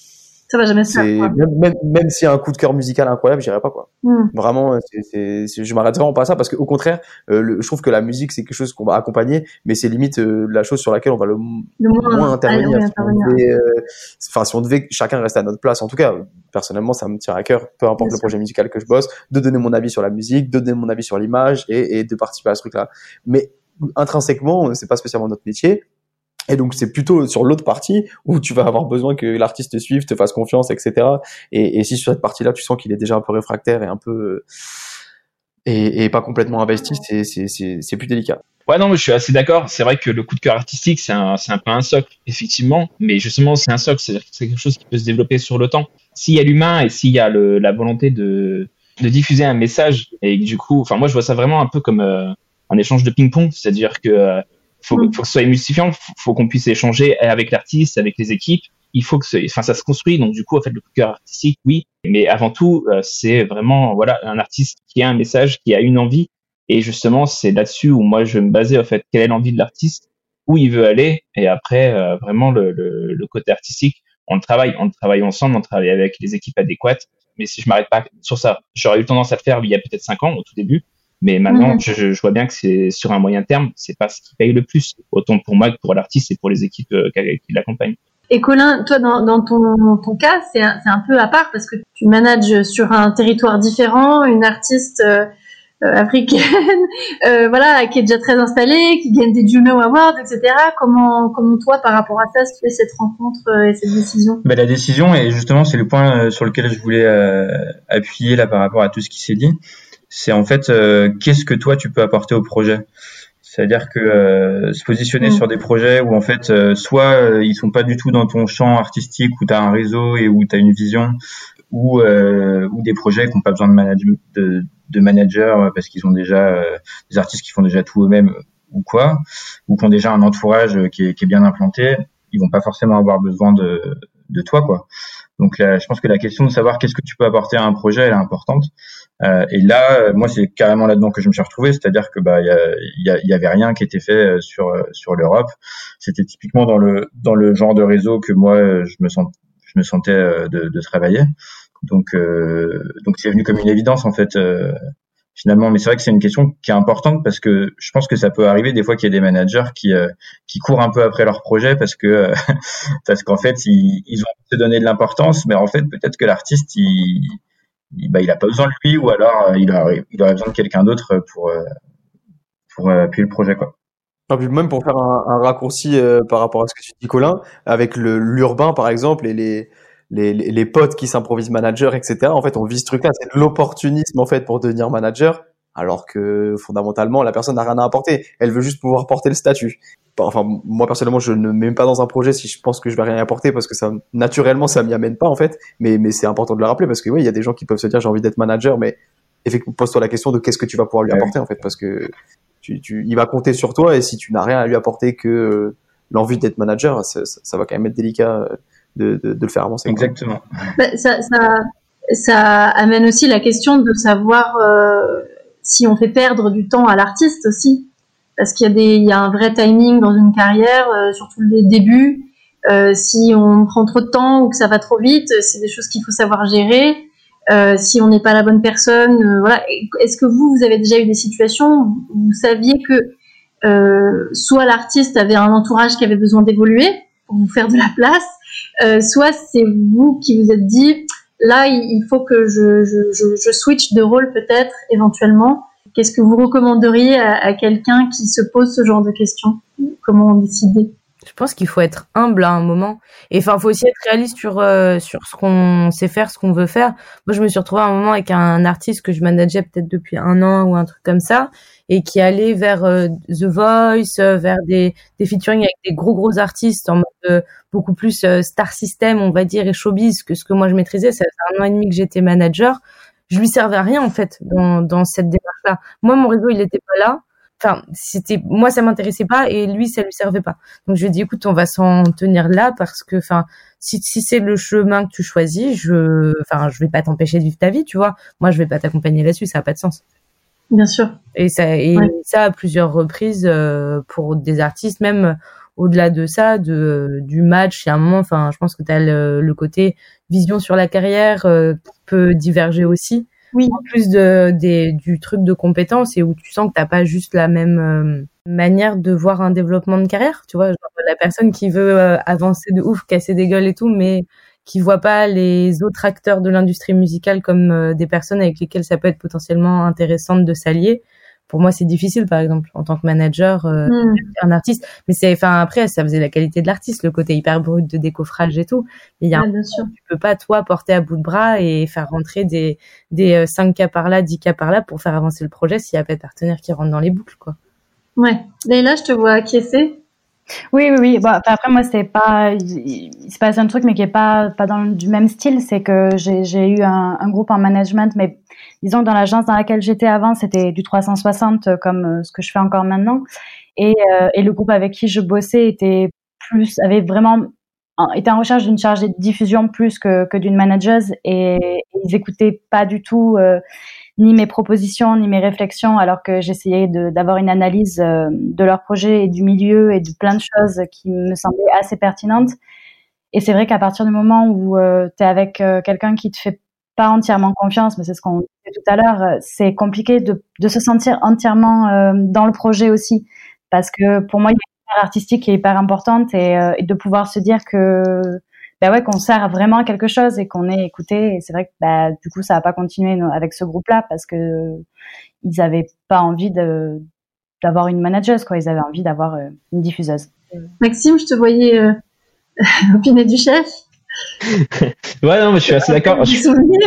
ça va jamais se faire. Même, même, même s'il y a un coup de cœur musical incroyable, j'irai pas, quoi. Mm. Vraiment, c'est, c'est, c'est, je m'arrête vraiment pas à ça parce qu'au contraire, euh, le, je trouve que la musique c'est quelque chose qu'on va accompagner, mais c'est limite euh, la chose sur laquelle on va le, le moins, moins intervenir. Si on devait, euh, enfin, si on devait chacun rester à notre place, en tout cas, personnellement, ça me tient à cœur, peu importe Bien le sûr. projet musical que je bosse, de donner mon avis sur la musique, de donner mon avis sur l'image et, et de participer à ce truc-là. Mais intrinsèquement, c'est pas spécialement notre métier. Et donc c'est plutôt sur l'autre partie où tu vas avoir besoin que l'artiste te suive, te fasse confiance, et cetera. Et, et si sur cette partie-là tu sens qu'il est déjà un peu réfractaire et un peu et, et pas complètement investi, c'est c'est c'est c'est plus délicat. Ouais, non, mais je suis assez d'accord. C'est vrai que le coup de cœur artistique, c'est un c'est un peu un socle, effectivement. Mais justement, c'est un socle, c'est c'est quelque chose qui peut se développer sur le temps. S'il y a l'humain et s'il y a le la volonté de de diffuser un message et que, du coup, enfin moi je vois ça vraiment un peu comme euh, un échange de ping-pong, c'est-à-dire que euh, Faut, faut que ce soit émulsifiant, faut, faut qu'on puisse échanger avec l'artiste, avec les équipes, il faut que, ce, enfin, ça se construit. Donc, du coup, en fait, le coup de cœur artistique, oui. Mais avant tout, euh, c'est vraiment, voilà, un artiste qui a un message, qui a une envie. Et justement, c'est là-dessus où moi, je vais me baser, en fait, quelle est l'envie de l'artiste, où il veut aller. Et après, euh, vraiment, le, le, le côté artistique, on le travaille, on le travaille ensemble, on travaille avec les équipes adéquates. Mais si je m'arrête pas sur ça, j'aurais eu tendance à le faire il y a peut-être cinq ans, au tout début. Mais maintenant, mmh. je, je vois bien que c'est sur un moyen terme, c'est pas ce qui paye le plus, autant pour moi que pour l'artiste et pour les équipes euh, qui, qui l'accompagnent. Et Colin, toi, dans, dans ton, ton cas, c'est un, c'est un peu à part parce que tu manages sur un territoire différent, une artiste euh, euh, africaine, euh, voilà, qui est déjà très installée, qui gagne des Juno Awards, et cetera. Comment, comment toi, par rapport à ça, se fait cette rencontre euh, et cette décision ? Ben, la décision, et justement, c'est le point sur lequel je voulais euh, appuyer là par rapport à tout ce qui s'est dit. C'est en fait euh, qu'est-ce que toi tu peux apporter au projet. C'est-à-dire que euh, se positionner mmh. sur des projets où en fait euh, soit euh, ils sont pas du tout dans ton champ artistique où tu as un réseau et où tu as une vision, ou euh, ou des projets qui n'ont pas besoin de, manage- de, de managers parce qu'ils ont déjà euh, des artistes qui font déjà tout eux-mêmes ou quoi, ou qui ont déjà un entourage qui est, qui est bien implanté, ils vont pas forcément avoir besoin de de toi quoi. Donc là, je pense que la question de savoir qu'est-ce que tu peux apporter à un projet, elle est importante. Euh, et là, moi, c'est carrément là-dedans que je me suis retrouvé, c'est-à-dire que bah, il y, a, y, a, y avait rien qui était fait sur sur l'Europe. C'était typiquement dans le dans le genre de réseau que moi, je me sens, je me sentais de, de travailler. Donc euh, donc c'est venu comme une évidence en fait. Euh, finalement, mais c'est vrai que c'est une question qui est importante parce que je pense que ça peut arriver des fois qu'il y a des managers qui euh, qui courent un peu après leur projet parce que euh, parce qu'en fait ils ils ont envie de se donner de l'importance, mais en fait peut-être que l'artiste il il, bah, il a pas besoin de lui ou alors euh, il aurait il aurait besoin de quelqu'un d'autre pour euh, pour euh, appuyer le projet quoi. Et puis même pour faire un, un raccourci euh, par rapport à ce que tu dis Colin, avec le l'urbain par exemple et les les les, les potes qui s'improvisent manager et cetera. En fait, on vit ce truc-là, c'est de l'opportunisme en fait pour devenir manager, alors que fondamentalement la personne n'a rien à apporter. Elle veut juste pouvoir porter le statut. Enfin, moi personnellement, je ne mets même pas dans un projet si je pense que je vais rien y apporter parce que ça naturellement ça m'y amène pas en fait. Mais mais c'est important de le rappeler parce que oui, il y a des gens qui peuvent se dire j'ai envie d'être manager, mais effectivement pose-toi la question de qu'est-ce que tu vas pouvoir lui apporter en fait parce que tu, tu, il va compter sur toi et si tu n'as rien à lui apporter que euh, l'envie d'être manager, ça, ça, ça va quand même être délicat de, de, de le faire avancer. Exactement. Bah, ça, ça, ça amène aussi la question de savoir euh, si on fait perdre du temps à l'artiste aussi, parce qu'il y a des, il y a un vrai timing dans une carrière, euh, surtout les débuts. Euh, si on prend trop de temps ou que ça va trop vite, c'est des choses qu'il faut savoir gérer. Euh, si on n'est pas la bonne personne, euh, voilà. Est-ce que vous, vous avez déjà eu des situations où vous saviez que euh, soit l'artiste avait un entourage qui avait besoin d'évoluer pour vous faire de la place, euh, soit c'est vous qui vous êtes dit là il faut que je, je, je, je switch de rôle peut-être éventuellement. Qu'est-ce que vous recommanderiez à, à quelqu'un qui se pose ce genre de questions ? Comment décider ? Je pense qu'il faut être humble à un moment. Et enfin, il faut aussi être réaliste sur euh, sur ce qu'on sait faire, ce qu'on veut faire. Moi, je me suis retrouvée à un moment avec un artiste que je manageais peut-être depuis un an ou un truc comme ça, et qui allait vers euh, The Voice, euh, vers des des featuring avec des gros gros artistes en mode euh, beaucoup plus euh, star system, on va dire, et showbiz que ce que moi je maîtrisais. Ça fait un an et demi que j'étais manager. Je lui servais à rien en fait dans dans cette démarche-là. Moi, mon réseau, il était pas là. Enfin, c'était, moi, ça m'intéressait pas et lui, ça lui servait pas. Donc, je lui ai dit, écoute, on va s'en tenir là parce que, enfin, si, si c'est le chemin que tu choisis, je, enfin, je vais pas t'empêcher de vivre ta vie, tu vois. Moi, je vais pas t'accompagner là-dessus, ça a pas de sens. Bien sûr. Et ça, et ouais. ça à plusieurs reprises, euh, pour des artistes, même au-delà de ça, de, du match, il y a un moment, enfin, je pense que t'as le, le côté vision sur la carrière, euh, qui peut diverger aussi. Oui. En plus de, des, du truc de compétences et où tu sens que t'as pas juste la même euh, manière de voir un développement de carrière, tu vois, genre la personne qui veut euh, avancer de ouf, casser des gueules et tout, mais qui voit pas les autres acteurs de l'industrie musicale comme euh, des personnes avec lesquelles ça peut être potentiellement intéressant de s'allier. Pour moi, c'est difficile, par exemple, en tant que manager, euh, mmh. un artiste. Mais c'est, enfin, après, ça faisait la qualité de l'artiste, le côté hyper brut de décoffrage et tout. Mais il y a ah, un bien sûr. Tu peux pas, toi, porter à bout de bras et faire rentrer des, des cinq cas par là, dix cas par là pour faire avancer le projet s'il y a pas de partenaire qui rentre dans les boucles, quoi. Ouais. Leïla, je te vois acquiescer. Oui, oui, oui. Bon, après, moi, c'est pas, il, il se passe un truc, mais qui est pas, pas dans le, du même style. C'est que j'ai, j'ai eu un, un groupe en management, mais disons que dans l'agence dans laquelle j'étais avant, c'était du trois cent soixante, comme euh, ce que je fais encore maintenant. Et, euh, et le groupe avec qui je bossais était plus, avait vraiment en, étaient en recherche d'une chargée de diffusion plus que, que d'une manageuse, et, et ils écoutaient pas du tout euh, ni mes propositions ni mes réflexions, alors que j'essayais de, d'avoir une analyse euh, de leur projet et du milieu et de plein de choses qui me semblaient assez pertinentes. Et c'est vrai qu'à partir du moment où euh, tu es avec euh, quelqu'un qui te fait pas entièrement confiance, mais c'est ce qu'on disait tout à l'heure, c'est compliqué de, de se sentir entièrement euh, dans le projet aussi, parce que pour moi il y a une sphère artistique qui est hyper importante, et, euh, et de pouvoir se dire que bah ouais, qu'on sert vraiment à quelque chose et qu'on est écouté. Et c'est vrai que bah du coup ça a pas continué avec ce groupe-là, parce que ils avaient pas envie de d'avoir une manageuse, quoi. Ils avaient envie d'avoir euh, une diffuseuse. Maxime, je te voyais euh, opiner du chef. Ouais, non, mais je suis assez d'accord. Des souvenirs.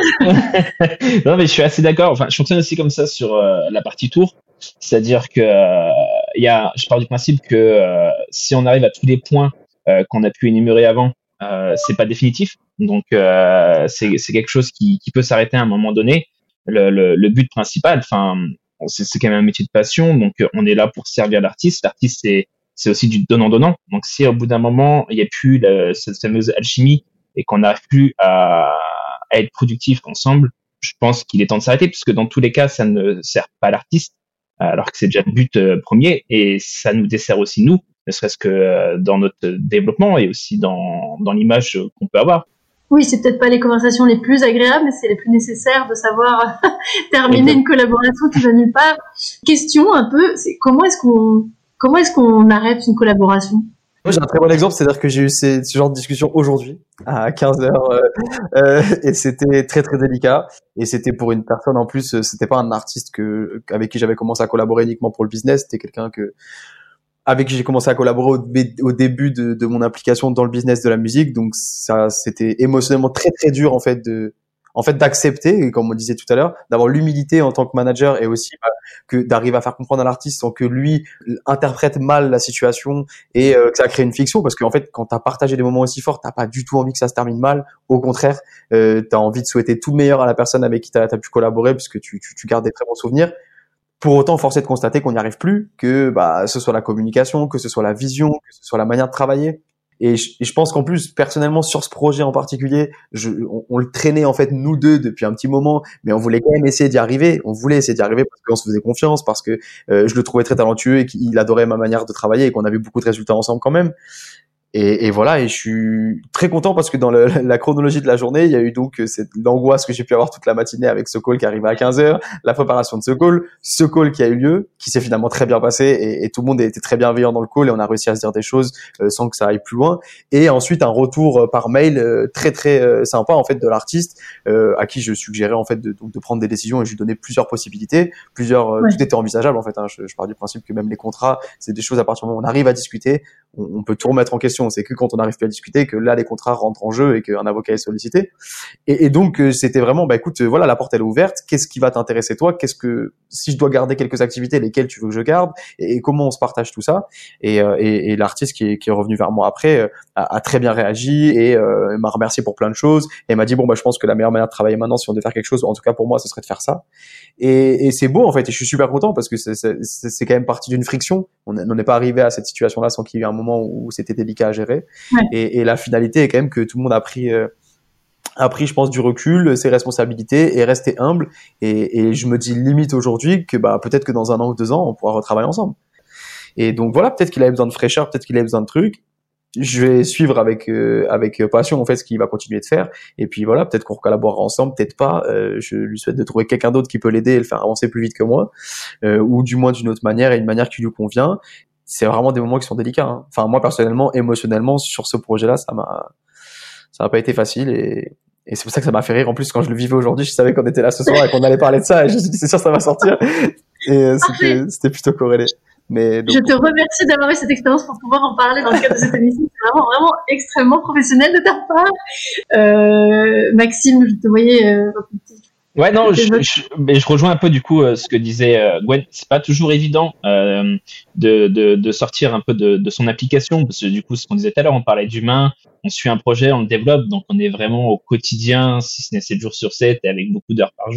Non, mais je suis assez d'accord. Enfin, je fonctionne aussi comme ça sur euh, la partie tour. C'est-à-dire que euh, il y a, je pars du principe que euh, si on arrive à tous les points euh, qu'on a pu énumérer avant, euh, c'est pas définitif. Donc, euh, c'est, c'est quelque chose qui, qui peut s'arrêter à un moment donné. Le, le, le but principal, enfin, c'est, c'est quand même un métier de passion. Donc, on est là pour servir l'artiste. L'artiste, c'est, c'est aussi du donnant-donnant. Donc, si au bout d'un moment, il n'y a plus la, cette fameuse alchimie et qu'on n'arrive plus à, à être productif ensemble, je pense qu'il est temps de s'arrêter, puisque dans tous les cas, ça ne sert pas l'artiste, alors que c'est déjà le but euh, premier, et ça nous dessert aussi nous, ne serait-ce que euh, dans notre développement et aussi dans, dans l'image qu'on peut avoir. Oui, c'est peut-être pas les conversations les plus agréables, mais c'est les plus nécessaires de savoir terminer une collaboration qui va nulle part. Question un peu, c'est comment est-ce qu'on comment est-ce qu'on arrête une collaboration? Moi, j'ai un très bon exemple, c'est-à-dire que j'ai eu ces, ce genre de discussion aujourd'hui à quinze heures euh, euh, et c'était très très délicat, et c'était pour une personne en plus, c'était pas un artiste que avec qui j'avais commencé à collaborer uniquement pour le business, c'était quelqu'un que avec qui j'ai commencé à collaborer au, au début de, de mon implication dans le business de la musique, donc ça c'était émotionnellement très très dur en fait de en fait d'accepter, comme on disait tout à l'heure, d'avoir l'humilité en tant que manager, et aussi bah, que d'arriver à faire comprendre à l'artiste sans que lui interprète mal la situation et euh, que ça crée une fiction, parce qu'en fait quand t'as partagé des moments aussi forts, t'as pas du tout envie que ça se termine mal, au contraire euh, t'as envie de souhaiter tout le meilleur à la personne avec qui t'as, t'as pu collaborer, puisque tu, tu, tu gardes des très bons souvenirs. Pour autant, force est de constater qu'on n'y arrive plus, que bah ce soit la communication, que ce soit la vision, que ce soit la manière de travailler. Et je, et je pense qu'en plus, personnellement, sur ce projet en particulier, je, on, on le traînait en fait nous deux depuis un petit moment, mais on voulait quand même essayer d'y arriver. On voulait essayer d'y arriver parce qu'on se faisait confiance, parce que euh, je le trouvais très talentueux et qu'il adorait ma manière de travailler et qu'on avait beaucoup de résultats ensemble quand même. Et, et voilà, et je suis très content parce que dans le, la chronologie de la journée, il y a eu donc cette l'angoisse que j'ai pu avoir toute la matinée avec ce call qui arrivait à quinze heures, la préparation de ce call, ce call qui a eu lieu, qui s'est finalement très bien passé, et, et tout le monde était très bienveillant dans le call et on a réussi à se dire des choses euh, sans que ça aille plus loin. Et ensuite un retour euh, par mail euh, très très euh, sympa en fait de l'artiste euh, à qui je suggérais en fait de, donc, de prendre des décisions, et je lui donnais plusieurs possibilités, plusieurs euh, ouais. Tout était envisageable en fait. Hein, je, je pars du principe que même les contrats, c'est des choses à partir du moment où on arrive à discuter, on, on peut tout remettre en question. C'est que quand on n'arrive plus à discuter que là les contrats rentrent en jeu et qu'un avocat est sollicité. Et, et donc euh, c'était vraiment bah écoute, euh, voilà, la porte elle est ouverte. Qu'est-ce qui va t'intéresser toi? Qu'est-ce que si je dois garder quelques activités, lesquelles tu veux que je garde? Et, et comment on se partage tout ça? Et, euh, et, et l'artiste qui est, qui est revenu vers moi après euh, a, a très bien réagi et euh, m'a remercié pour plein de choses et m'a dit bon bah je pense que la meilleure manière de travailler maintenant, si on devait faire quelque chose, en tout cas pour moi, ce serait de faire ça. Et, et c'est beau en fait, et je suis super content parce que c'est, c'est, c'est quand même parti d'une friction. On n'est pas arrivé à cette situation-là sans qu'il y ait eu un moment où c'était délicat à gérer. Ouais. Et, et la finalité est quand même que tout le monde a pris, euh, a pris, je pense, du recul, ses responsabilités, et resté humble. Et, et je me dis limite aujourd'hui que bah peut-être que dans un an ou deux ans, on pourra retravailler ensemble. Et donc voilà, peut-être qu'il avait besoin de fraîcheur, peut-être qu'il avait besoin de trucs. Je vais suivre avec euh, avec passion en fait ce qu'il va continuer de faire. Et puis voilà, peut-être qu'on collaborera ensemble, peut-être pas. Euh, je lui souhaite de trouver quelqu'un d'autre qui peut l'aider et le faire avancer plus vite que moi, euh, ou du moins d'une autre manière, et une manière qui lui convient. C'est vraiment des moments qui sont délicats. Hein. Enfin, moi personnellement, émotionnellement, sur ce projet-là, ça m'a, ça n'a pas été facile, et, et c'est pour ça que ça m'a fait rire. En plus, quand je le vivais aujourd'hui, je savais qu'on était là ce soir et qu'on allait parler de ça, et je me suis dit c'est sûr ça va sortir. Et c'était, c'était plutôt corrélé. Mais donc, je te remercie d'avoir eu cette expérience pour pouvoir en parler dans le cadre de cette émission. C'est vraiment, vraiment extrêmement professionnel de ta part. Euh, Maxime, je te voyais. Euh, Ouais, non, je, je, mais je rejoins un peu du coup euh, ce que disait euh, Gwen. C'est pas toujours évident euh, de, de, de sortir un peu de, de son application, parce que du coup, ce qu'on disait tout à l'heure, on parlait d'humain, on suit un projet, on le développe, donc on est vraiment au quotidien, si ce n'est sept jours sur sept, et avec beaucoup d'heures par jour,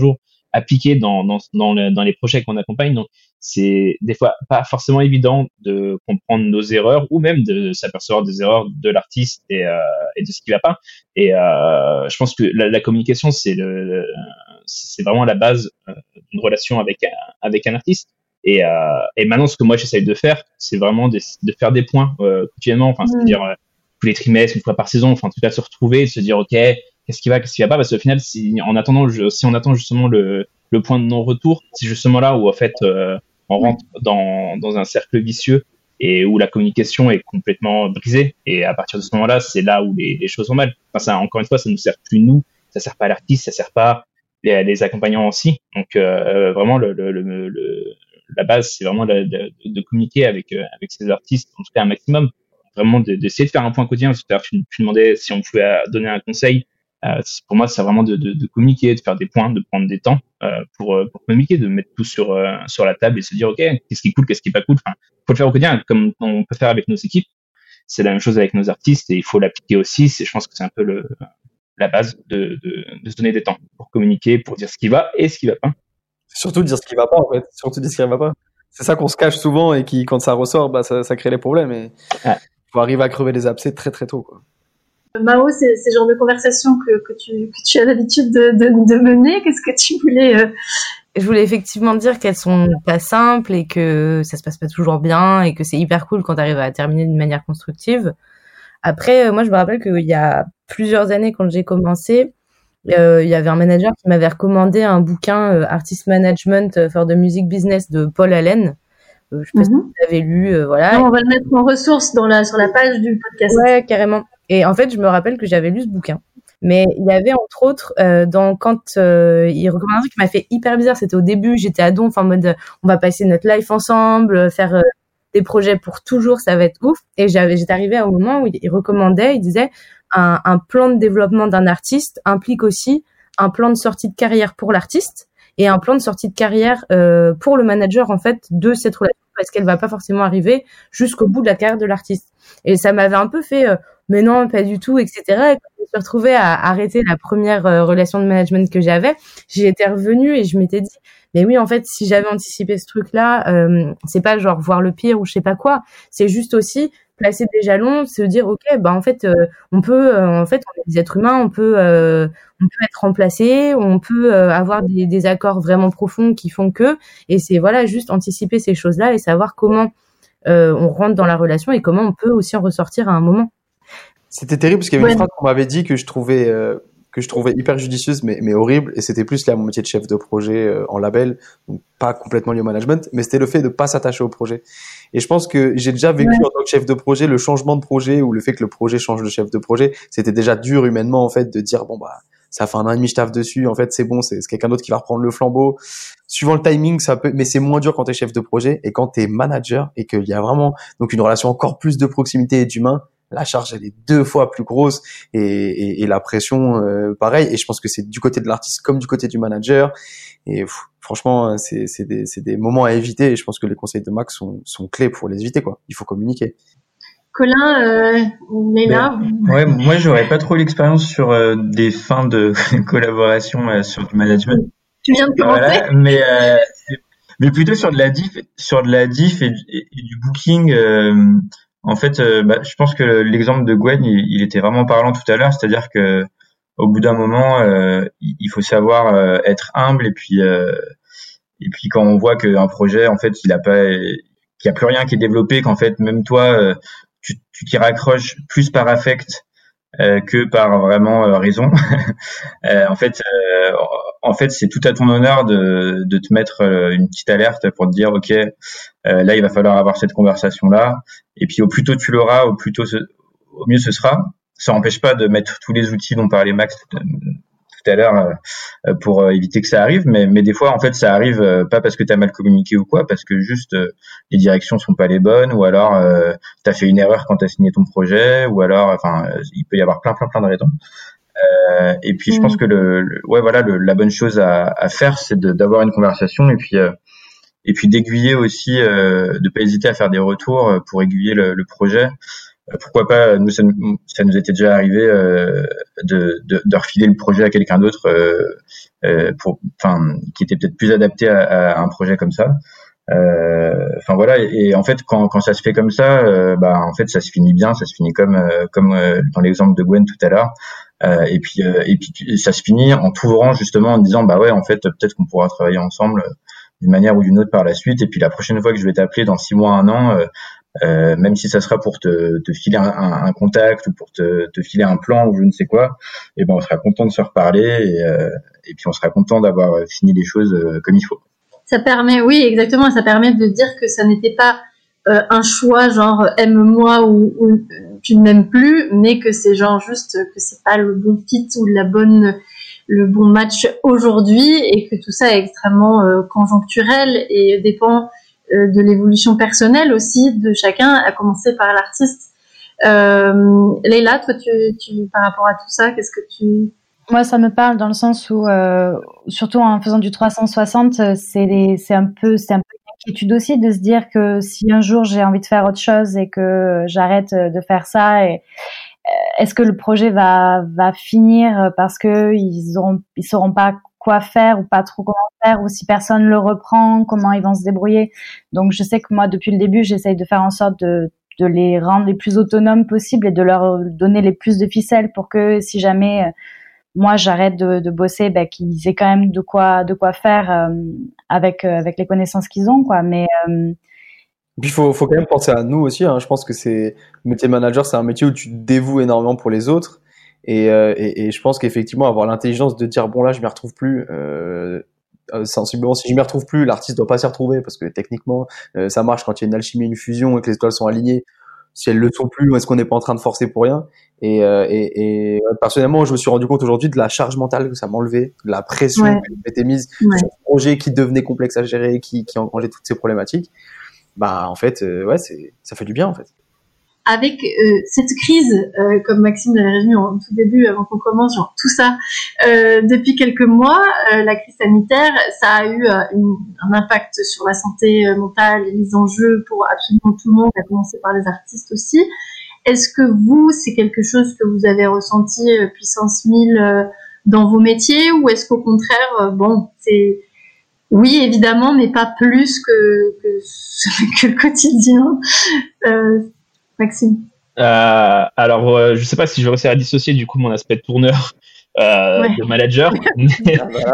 appliquer dans dans dans, le, dans les projets qu'on accompagne. Donc c'est des fois pas forcément évident de comprendre nos erreurs ou même de s'apercevoir des erreurs de l'artiste et euh, et de ce qui va pas. Et euh, je pense que la, la communication c'est le c'est vraiment la base euh, d'une relation avec un, avec un artiste. Et, euh, et maintenant, ce que moi j'essaye de faire, c'est vraiment de, de faire des points euh, quotidiennement, enfin, mmh. c'est-à-dire euh, tous les trimestres, une fois par saison, enfin, en tout cas, de se retrouver, de se dire, ok, qu'est-ce qui va, qu'est-ce qui va pas, parce qu'au final, si, en attendant, je, si on attend justement le, le point de non-retour, c'est justement là où en fait, euh, on rentre dans, dans un cercle vicieux et où la communication est complètement brisée. Et à partir de ce moment-là, c'est là où les, les choses vont mal. Enfin, ça, encore une fois, ça nous sert plus nous, ça sert pas à l'artiste, ça sert pas les, les accompagnants aussi. Donc euh, vraiment, le, le, le, le la base, c'est vraiment de, de, de communiquer avec euh, avec ces artistes, en tout cas un maximum, vraiment de, d'essayer de faire un point quotidien. C'est-à-dire, tu, tu demandais si on pouvait donner un conseil. Euh, pour moi, c'est vraiment de, de, de communiquer, de faire des points, de prendre des temps euh, pour pour communiquer, de mettre tout sur euh, sur la table et se dire, ok, qu'est-ce qui est cool, qu'est-ce qui est pas cool. Enfin, faut le faire au quotidien, comme on peut faire avec nos équipes. C'est la même chose avec nos artistes et il faut l'appliquer aussi. C'est, je pense que c'est un peu le la base de, de de se donner des temps pour communiquer, pour dire ce qui va et ce qui va pas. Surtout dire ce qui va pas, en fait. Surtout dire ce qui va pas. C'est ça qu'on se cache souvent et qui, quand ça ressort, bah, ça, ça crée les problèmes. Et il ouais. faut arriver à crever les abcès très très tôt, quoi. Mao, c'est, c'est le genre de conversation que, que, tu, que tu as l'habitude de, de, de mener. Qu'est-ce que tu voulais euh... Je voulais effectivement dire qu'elles sont pas simples et que ça se passe pas toujours bien et que c'est hyper cool quand t'arrives à terminer d'une manière constructive. Après, moi, je me rappelle qu'il y a plusieurs années, quand j'ai commencé, Euh, il y avait un manager qui m'avait recommandé un bouquin euh, Artist Management for the Music Business de Paul Allen. Euh, je sais pas mm-hmm. si vous l'avez lu, euh, voilà. Non, on va le mettre en ressource dans la, sur la page du podcast. Ouais, carrément. Et en fait, je me rappelle que j'avais lu ce bouquin. Mais il y avait, entre autres, euh, dans, quand euh, il recommandait un truc qui m'a fait hyper bizarre, c'était au début, j'étais à donf en mode, euh, on va passer notre life ensemble, faire euh, des projets pour toujours, ça va être ouf. Et j'avais, j'étais arrivée au moment où il recommandait, il disait, Un, un plan de développement d'un artiste implique aussi un plan de sortie de carrière pour l'artiste et un plan de sortie de carrière euh, pour le manager en fait de cette relation parce qu'elle va pas forcément arriver jusqu'au bout de la carrière de l'artiste. Et ça m'avait un peu fait euh, mais non pas du tout, et cetera. Et quand je me suis retrouvée à arrêter la première euh, relation de management que j'avais, j'y étais revenue et je m'étais dit mais oui en fait si j'avais anticipé ce truc là, euh, c'est pas genre voir le pire ou je sais pas quoi, c'est juste aussi placer des jalons, se dire ok bah en fait euh, on peut euh, en fait on est des êtres humains, on peut euh, on peut être remplacé, on peut euh, avoir des, des accords vraiment profonds qui font que, et c'est voilà juste anticiper ces choses là et savoir comment euh, on rentre dans la relation et comment on peut aussi en ressortir à un moment. C'était terrible parce qu'il y avait ouais. une phrase qu'on m'avait dit que je trouvais euh, que je trouvais hyper judicieuse mais mais horrible, et c'était plus lié à mon métier de chef de projet euh, en label, donc pas complètement lié au management, mais c'était le fait de pas s'attacher au projet. Et je pense que j'ai déjà vécu ouais. en tant que chef de projet le changement de projet ou le fait que le projet change de chef de projet, c'était déjà dur humainement en fait de dire bon bah ça fait un an et demi je taffe dessus, en fait c'est bon, c'est, c'est quelqu'un d'autre qui va reprendre le flambeau. Suivant le timing ça peut, mais c'est moins dur quand t'es chef de projet, et quand t'es manager et qu'il y a vraiment donc une relation encore plus de proximité et d'humain, la charge elle est deux fois plus grosse et, et, et la pression euh, pareil. Et je pense que c'est du côté de l'artiste comme du côté du manager. Et pff, franchement, c'est, c'est, des, c'est des moments à éviter. Et je pense que les conseils de Max sont, sont clés pour les éviter, quoi. Il faut communiquer. Colin, euh, on est là. Ben, ouais, moi j'aurais pas trop l'expérience sur euh, des fins de collaboration euh, sur du management. Tu viens de commencer. Voilà, mais euh, mais plutôt sur de la diff, sur de la diff et, et, et du booking. Euh, En fait, euh, bah, je pense que l'exemple de Gwen, il, il était vraiment parlant tout à l'heure, c'est-à-dire que au bout d'un moment, euh, il faut savoir euh, être humble, et puis euh, et puis quand on voit qu'un projet, en fait, il a pas, qu'il y a plus rien qui est développé, qu'en fait, même toi, euh, tu, tu t'y raccroches plus par affect euh, que par vraiment euh, raison. euh, en fait, euh, en fait, c'est tout à ton honneur de, de te mettre euh, une petite alerte pour te dire, ok, euh, là, il va falloir avoir cette conversation-là. Et puis, au plus tôt tu l'auras, au plus tôt, ce, au mieux ce sera. Ça n'empêche pas de mettre tous les outils dont parlait Max tout, tout à l'heure euh, pour euh, éviter que ça arrive. Mais, mais des fois, en fait, ça arrive euh, pas parce que t'as mal communiqué ou quoi, parce que juste euh, les directions sont pas les bonnes, ou alors euh, t'as fait une erreur quand t'as signé ton projet, ou alors, enfin, euh, il peut y avoir plein, plein, plein de raisons. Euh, et puis, mmh. je pense que le, le ouais, voilà, le, la bonne chose à, à faire, c'est de, d'avoir une conversation, et puis. Euh, Et puis d'aiguiller aussi, euh, de pas hésiter à faire des retours pour aiguiller le, le projet. pourquoi pas, nous ça, nous ça nous était déjà arrivé euh, de, de, de refiler le projet à quelqu'un d'autre, euh, euh, pour, enfin, qui était peut-être plus adapté à, à un projet comme ça. Enfin euh, voilà, et, et en fait quand quand ça se fait comme ça, euh, bah en fait ça se finit bien, ça se finit comme euh, comme euh, dans l'exemple de Gwen tout à l'heure. Euh, et puis euh, et puis ça se finit en t'ouvrant justement en disant bah ouais en fait peut-être qu'on pourra travailler ensemble d'une manière ou d'une autre par la suite. Et puis la prochaine fois que je vais t'appeler dans six mois, un an, euh, euh, même si ça sera pour te, te filer un, un, un contact ou pour te, te filer un plan ou je ne sais quoi, et ben on sera content de se reparler et, euh, et puis on sera content d'avoir fini les choses euh, comme il faut. Ça permet, oui, exactement, ça permet de dire que ça n'était pas euh, un choix genre aime-moi ou, ou tu ne m'aimes plus, mais que c'est genre juste que c'est pas le bon fit ou la bonne, le bon match aujourd'hui et que tout ça est extrêmement euh, conjoncturel et dépend euh, de l'évolution personnelle aussi de chacun, à commencer par l'artiste. Euh, Leïla, toi, tu, tu, par rapport à tout ça, qu'est-ce que tu... Moi, ça me parle dans le sens où, euh, surtout en faisant du trois cent soixante, c'est, les, c'est un peu, c'est un peu une inquiétude aussi de se dire que si un jour j'ai envie de faire autre chose et que j'arrête de faire ça, et, est-ce que le projet va, va finir parce que ils auront, ils sauront pas quoi faire ou pas trop comment faire, ou si personne le reprend, comment ils vont se débrouiller. Donc, je sais que moi, depuis le début, j'essaye de faire en sorte de, de les rendre les plus autonomes possible et de leur donner les plus de ficelles pour que si jamais moi j'arrête de, de bosser, ben qu'ils aient quand même de quoi de quoi faire euh, avec euh, avec les connaissances qu'ils ont, quoi. Mais euh... puis faut faut quand même penser à nous aussi, hein. Je pense que c'est le métier de manager, c'est un métier où tu te dévoues énormément pour les autres et euh, et, et je pense qu'effectivement avoir l'intelligence de dire bon là je m'y retrouve plus, euh, sensiblement si je m'y retrouve plus, l'artiste doit pas s'y retrouver parce que techniquement euh, ça marche quand il y a une alchimie, une fusion et que les étoiles sont alignées. Si elles le sont plus, ou est-ce qu'on n'est pas en train de forcer pour rien? Et, euh, et, et personnellement, je me suis rendu compte aujourd'hui de la charge mentale que ça m'enlevait, de la pression ouais. qui m'était mise ouais. sur ce projet qui devenait complexe à gérer, qui, qui engrangeait toutes ces problématiques. Bah, en fait, euh, ouais, c'est, ça fait du bien, en fait. Avec euh, cette crise, euh, comme Maxime l'avait résumé en tout début, avant qu'on commence, genre tout ça, euh, depuis quelques mois, euh, la crise sanitaire, ça a eu euh, une, un impact sur la santé euh, mentale et les enjeux pour absolument tout le monde, à commencer par les artistes aussi. Est-ce que vous, c'est quelque chose que vous avez ressenti euh, puissance mille euh, dans vos métiers, ou est-ce qu'au contraire, euh, bon, c'est oui évidemment, mais pas plus que que, que le quotidien. Euh, Maxime. Euh, alors, euh, je sais pas si je vais réussir à dissocier du coup mon aspect tourneur euh, ouais. de manager, mais,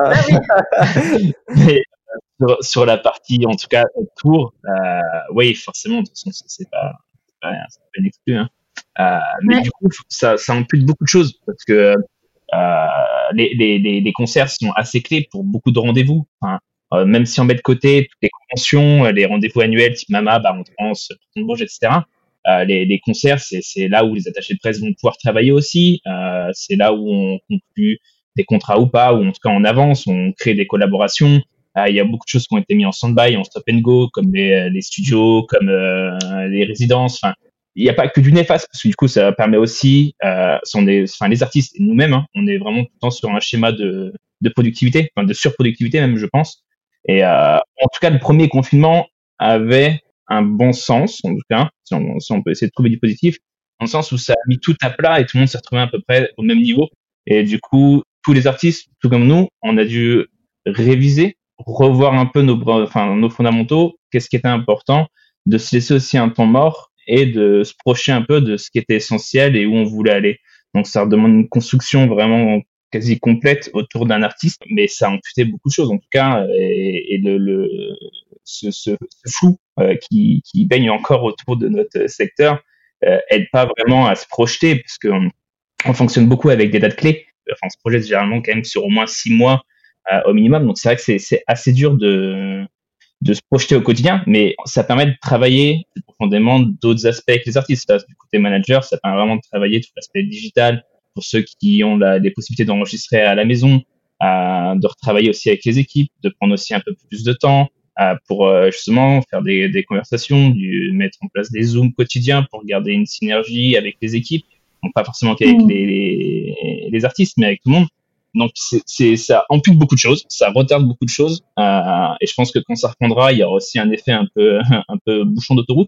mais euh, sur, sur la partie, en tout cas, tour, euh, oui, forcément, de toute façon, c'est pas, c'est pas, c'est pas une exclu, hein. Euh, mais ouais. Du coup, ça, ça impute beaucoup de choses parce que euh, les, les, les, les concerts sont assez clés pour beaucoup de rendez-vous. Enfin, euh, même si on met de côté toutes les conventions, les rendez-vous annuels type Mama, Baron Trans, Tonton Bourges, et cetera. Euh, les, les concerts, c'est, c'est là où les attachés de presse vont pouvoir travailler aussi. Euh, c'est là où on conclut des contrats ou pas, ou en tout cas on avance, on crée des collaborations. Euh, il y a beaucoup de choses qui ont été mises en stand-by, en stop and go, comme les, les studios, comme euh, les résidences. Enfin, il n'y a pas que du néfaste, parce que du coup, ça permet aussi, euh, sont des, enfin, les artistes et nous-mêmes, hein, on est vraiment tout le temps sur un schéma de, de productivité, enfin de surproductivité même, je pense. Et euh, en tout cas, le premier confinement avait un bon sens, en tout cas, si on, si on peut essayer de trouver du positif, dans le sens où ça a mis tout à plat et tout le monde s'est retrouvé à peu près au même niveau. Et du coup, tous les artistes, tout comme nous, on a dû réviser, revoir un peu nos, enfin, nos fondamentaux, qu'est-ce qui était important, de se laisser aussi un temps mort et de se projeter un peu de ce qui était essentiel et où on voulait aller. Donc, ça demande une construction vraiment quasi complète autour d'un artiste, mais ça a amputé beaucoup de choses, en tout cas, et, et le, le ce, ce, ce flou euh, qui, qui baigne encore autour de notre secteur euh, aide pas vraiment à se projeter, parce qu'on on fonctionne beaucoup avec des dates clés. Enfin, on se projette généralement quand même sur au moins six mois euh, au minimum, donc c'est vrai que c'est, c'est assez dur de de se projeter au quotidien, mais ça permet de travailler plus profondément d'autres aspects avec les artistes. Là, du côté manager, ça permet vraiment de travailler tout l'aspect digital pour ceux qui ont la, les possibilités d'enregistrer à la maison, euh, de retravailler aussi avec les équipes, de prendre aussi un peu plus de temps euh, pour euh, justement faire des, des conversations, du, mettre en place des zooms quotidiens pour garder une synergie avec les équipes, donc pas forcément qu'avec mmh. les, les, les artistes, mais avec tout le monde. Donc c'est, c'est, ça ampute beaucoup de choses, ça retarde beaucoup de choses, euh, et je pense que quand ça reprendra, il y aura aussi un effet un peu, un peu bouchon d'autoroute.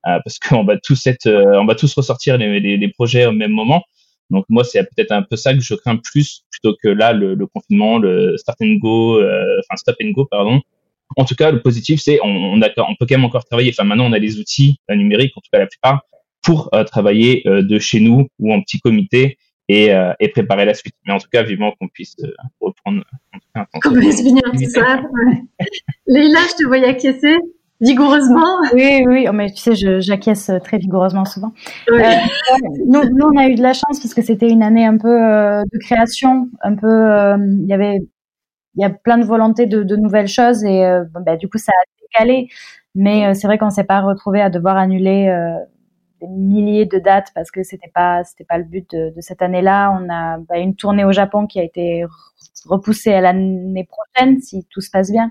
euh, parce qu'on va tous être, euh, on va tous ressortir les, les, les projets au même moment. Donc moi, c'est peut-être un peu ça que je crains plus plutôt que là le, le confinement, le start and go, euh, enfin stop and go, pardon. En tout cas, le positif, c'est on, on, a, on peut quand même encore travailler. Enfin, maintenant, on a les outils numériques, en tout cas la plupart, pour euh, travailler euh, de chez nous ou en petit comité et, euh, et préparer la suite. Mais en tout cas, vivement qu'on puisse euh, reprendre. En tout cas, qu'on puisse finir tout ça. Leïla, je te voyais acquiescer vigoureusement. Oui, oui, mais tu sais, je, j'acquiesce très vigoureusement souvent. Oui. Euh, nous, nous, on a eu de la chance parce que c'était une année un peu euh, de création, un peu. Il euh, y avait, il y a plein de volonté de, de nouvelles choses et euh, bah, du coup, ça a décalé. Mais euh, c'est vrai qu'on s'est pas retrouvé à devoir annuler euh, des milliers de dates parce que c'était pas, c'était pas le but de, de cette année-là. On a bah, une tournée au Japon qui a été repoussée à l'année prochaine si tout se passe bien.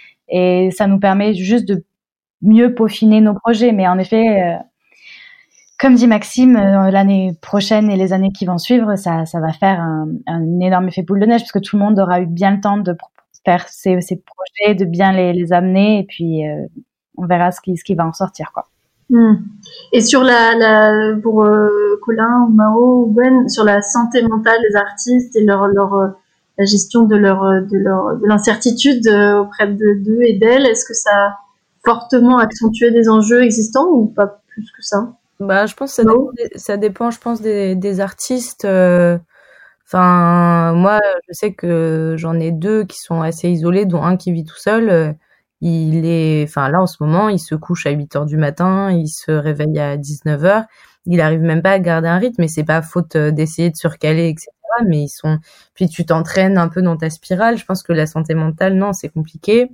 Et ça nous permet juste de mieux peaufiner nos projets. Mais en effet, euh, comme dit Maxime, euh, l'année prochaine et les années qui vont suivre, ça, ça va faire un, un énorme effet boule de neige parce que tout le monde aura eu bien le temps de faire ses, ses projets, de bien les, les amener et puis euh, on verra ce qui, ce qui va en sortir, quoi. Mmh. Et sur la, la pour euh, Colin ou Mao ou Ben, sur la santé mentale des artistes et leur, leur la gestion de leur de leur de l'incertitude auprès de d'eux et d'elles, est-ce que ça a fortement accentué des enjeux existants ou pas plus que ça? Bah, je pense que ça dépend, ça dépend, je pense des des artistes. Enfin, euh, moi, je sais que j'en ai deux qui sont assez isolés, dont un qui vit tout seul. Euh, il est, enfin là en ce moment, il se couche à huit heures du matin, il se réveille à dix-neuf heures. Il arrive même pas à garder un rythme, et c'est pas faute d'essayer de surcaler, et cetera. Mais ils sont, puis tu t'entraînes un peu dans ta spirale. Je pense que la santé mentale, non, c'est compliqué.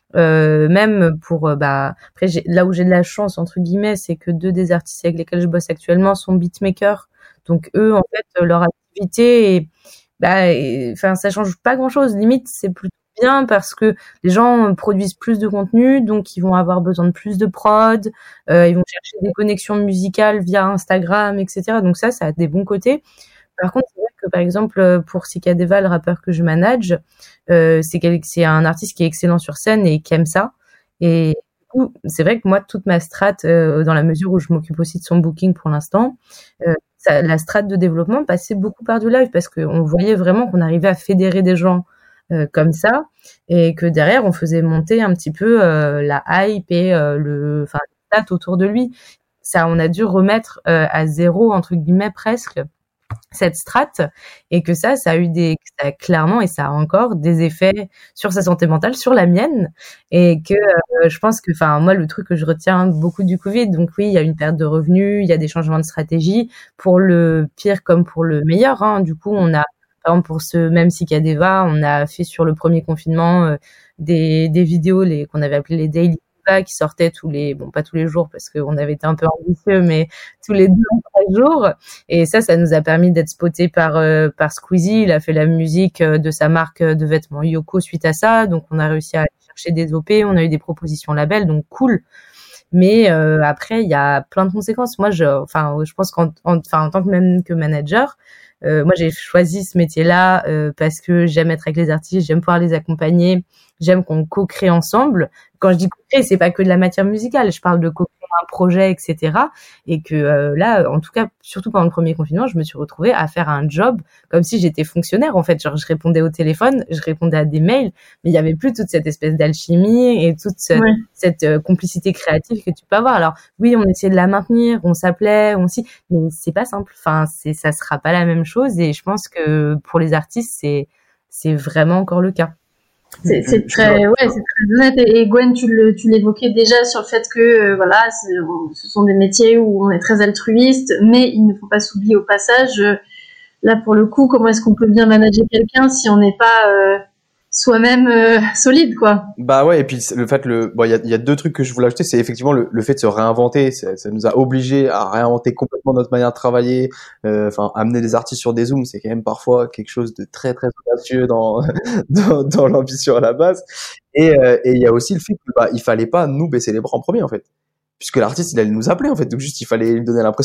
Euh, même pour, bah, après, j'ai, là où j'ai de la chance, entre guillemets, c'est que deux des artistes avec lesquels je bosse actuellement sont beatmakers. Donc eux, en fait, leur activité, est, bah, enfin, ça change pas grand chose. Limite, c'est plutôt bien parce que les gens produisent plus de contenu, donc ils vont avoir besoin de plus de prod, euh, ils vont chercher des connexions musicales via Instagram, et cetera. Donc ça, ça a des bons côtés. Par contre, c'est vrai que par exemple pour Sikadeva, le rappeur que je manage, euh, c'est, c'est un artiste qui est excellent sur scène et qui aime ça. Et du coup, c'est vrai que moi, toute ma strat, euh, dans la mesure où je m'occupe aussi de son booking pour l'instant, euh, ça, la strat de développement passait beaucoup par du live parce qu'on voyait vraiment qu'on arrivait à fédérer des gens euh, comme ça et que derrière, on faisait monter un petit peu euh, la hype et euh, le, enfin, la stat autour de lui. Ça, on a dû remettre euh, à zéro, entre guillemets, presque, cette strate, et que ça, ça a eu des, ça a clairement, et ça a encore des effets sur sa santé mentale, sur la mienne, et que euh, je pense que, enfin, moi, le truc que je retiens beaucoup du Covid, donc oui, il y a une perte de revenus, il y a des changements de stratégie, pour le pire comme pour le meilleur, hein. Du coup, on a, par exemple, pour ce même Sikadeva, on a fait sur le premier confinement euh, des, des vidéos les, qu'on avait appelées les daily qui sortaient tous les, bon, pas tous les jours parce qu'on avait été un peu ambitieux, mais tous les deux ou trois jours. Et ça, ça nous a permis d'être spotés par, euh, par Squeezie. Il a fait la musique de sa marque de vêtements Yoko suite à ça. Donc, on a réussi à aller chercher des O P. On a eu des propositions labels. Donc, cool. Mais, euh, après, il y a plein de conséquences. Moi, je, enfin, je pense qu'en, en, enfin, en tant que même que manager, Euh, moi, j'ai choisi ce métier-là euh, parce que j'aime être avec les artistes, j'aime pouvoir les accompagner, j'aime qu'on co-crée ensemble. Quand je dis co-créer, c'est pas que de la matière musicale, je parle de co-créer un projet, et cetera. Et que euh, là, en tout cas, surtout pendant le premier confinement, je me suis retrouvée à faire un job comme si j'étais fonctionnaire, en fait. Genre, je répondais au téléphone, je répondais à des mails, mais il y avait plus toute cette espèce d'alchimie et toute ce, ouais. cette euh, complicité créative que tu peux avoir. Alors, oui, on essayait de la maintenir, on s'appelait, on s'y, mais c'est pas simple. Enfin, c'est, ça sera pas la même chose. Et je pense que pour les artistes, c'est, c'est vraiment encore le cas. C'est, c'est très, ouais, c'est très honnête. Et Gwen, tu le, tu l'évoquais déjà sur le fait que, euh, voilà, c'est, ce sont des métiers où on est très altruiste, mais il ne faut pas s'oublier au passage. Euh, là, pour le coup, comment est-ce qu'on peut bien manager quelqu'un si on n'est pas euh, soi-même euh, solide, quoi. Bah ouais, et puis le fait, le, bon, il y a, y a deux trucs que je voulais ajouter, c'est effectivement le, le fait de se réinventer. Ça, ça nous a obligés à réinventer complètement notre manière de travailler. Enfin, euh, amener des artistes sur des zooms, c'est quand même parfois quelque chose de très très audacieux dans dans, dans l'ambition à la base. Et euh, et il y a aussi le fait que bah il fallait pas nous baisser les bras en premier en fait, puisque l'artiste il allait nous appeler en fait, donc juste il fallait lui donner l'impression que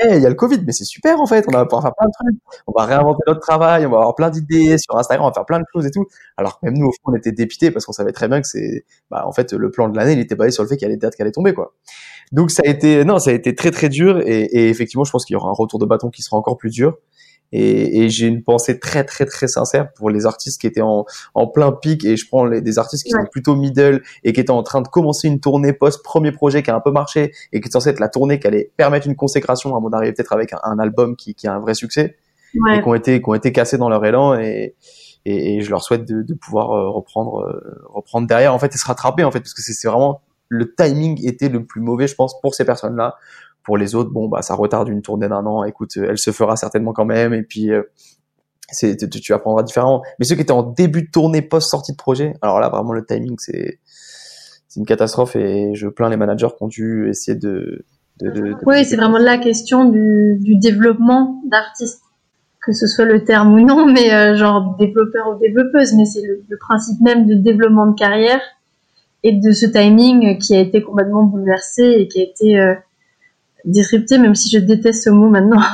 hey, il y a le Covid, mais c'est super en fait, on va pouvoir faire plein de trucs, on va réinventer notre travail, on va avoir plein d'idées sur Instagram, on va faire plein de choses et tout. Alors que même nous, au fond, on était dépités parce qu'on savait très bien que c'est, bah, en fait, le plan de l'année, il était basé sur le fait qu'il y avait des dates qui allaient tomber, quoi. Donc ça a été, non, ça a été très très dur et, et effectivement, je pense qu'il y aura un retour de bâton qui sera encore plus dur. Et, et j'ai une pensée très très très sincère pour les artistes qui étaient en, en plein pic, et je prends les, des artistes qui ouais. sont plutôt middle et qui étaient en train de commencer une tournée post premier projet qui a un peu marché et qui est censé être la tournée qui allait permettre une consécration avant d'arriver peut-être avec un, un album qui, qui a un vrai succès, ouais. et qui ont été qui ont été cassés dans leur élan, et et, et je leur souhaite de, de pouvoir euh, reprendre euh, reprendre derrière en fait et se rattraper en fait, parce que c'est, c'est vraiment le timing était le plus mauvais, je pense, pour ces personnes-là. Pour les autres, bon, bah, ça retarde une tournée d'un an. Écoute, elle se fera certainement quand même. Et puis, euh, c'est, tu, tu apprendras différemment. Mais ceux qui étaient en début de tournée, post-sortie de projet, alors là, vraiment, le timing, c'est, c'est une catastrophe. Et je plains les managers qui ont dû essayer de, de, de, de oui, c'est vraiment la question du, du développement d'artistes, que ce soit le terme ou non, mais euh, genre développeur ou développeuse. Mais c'est le, le principe même de développement de carrière et de ce timing qui a été complètement bouleversé et qui a été euh, disrupté, même si je déteste ce mot maintenant.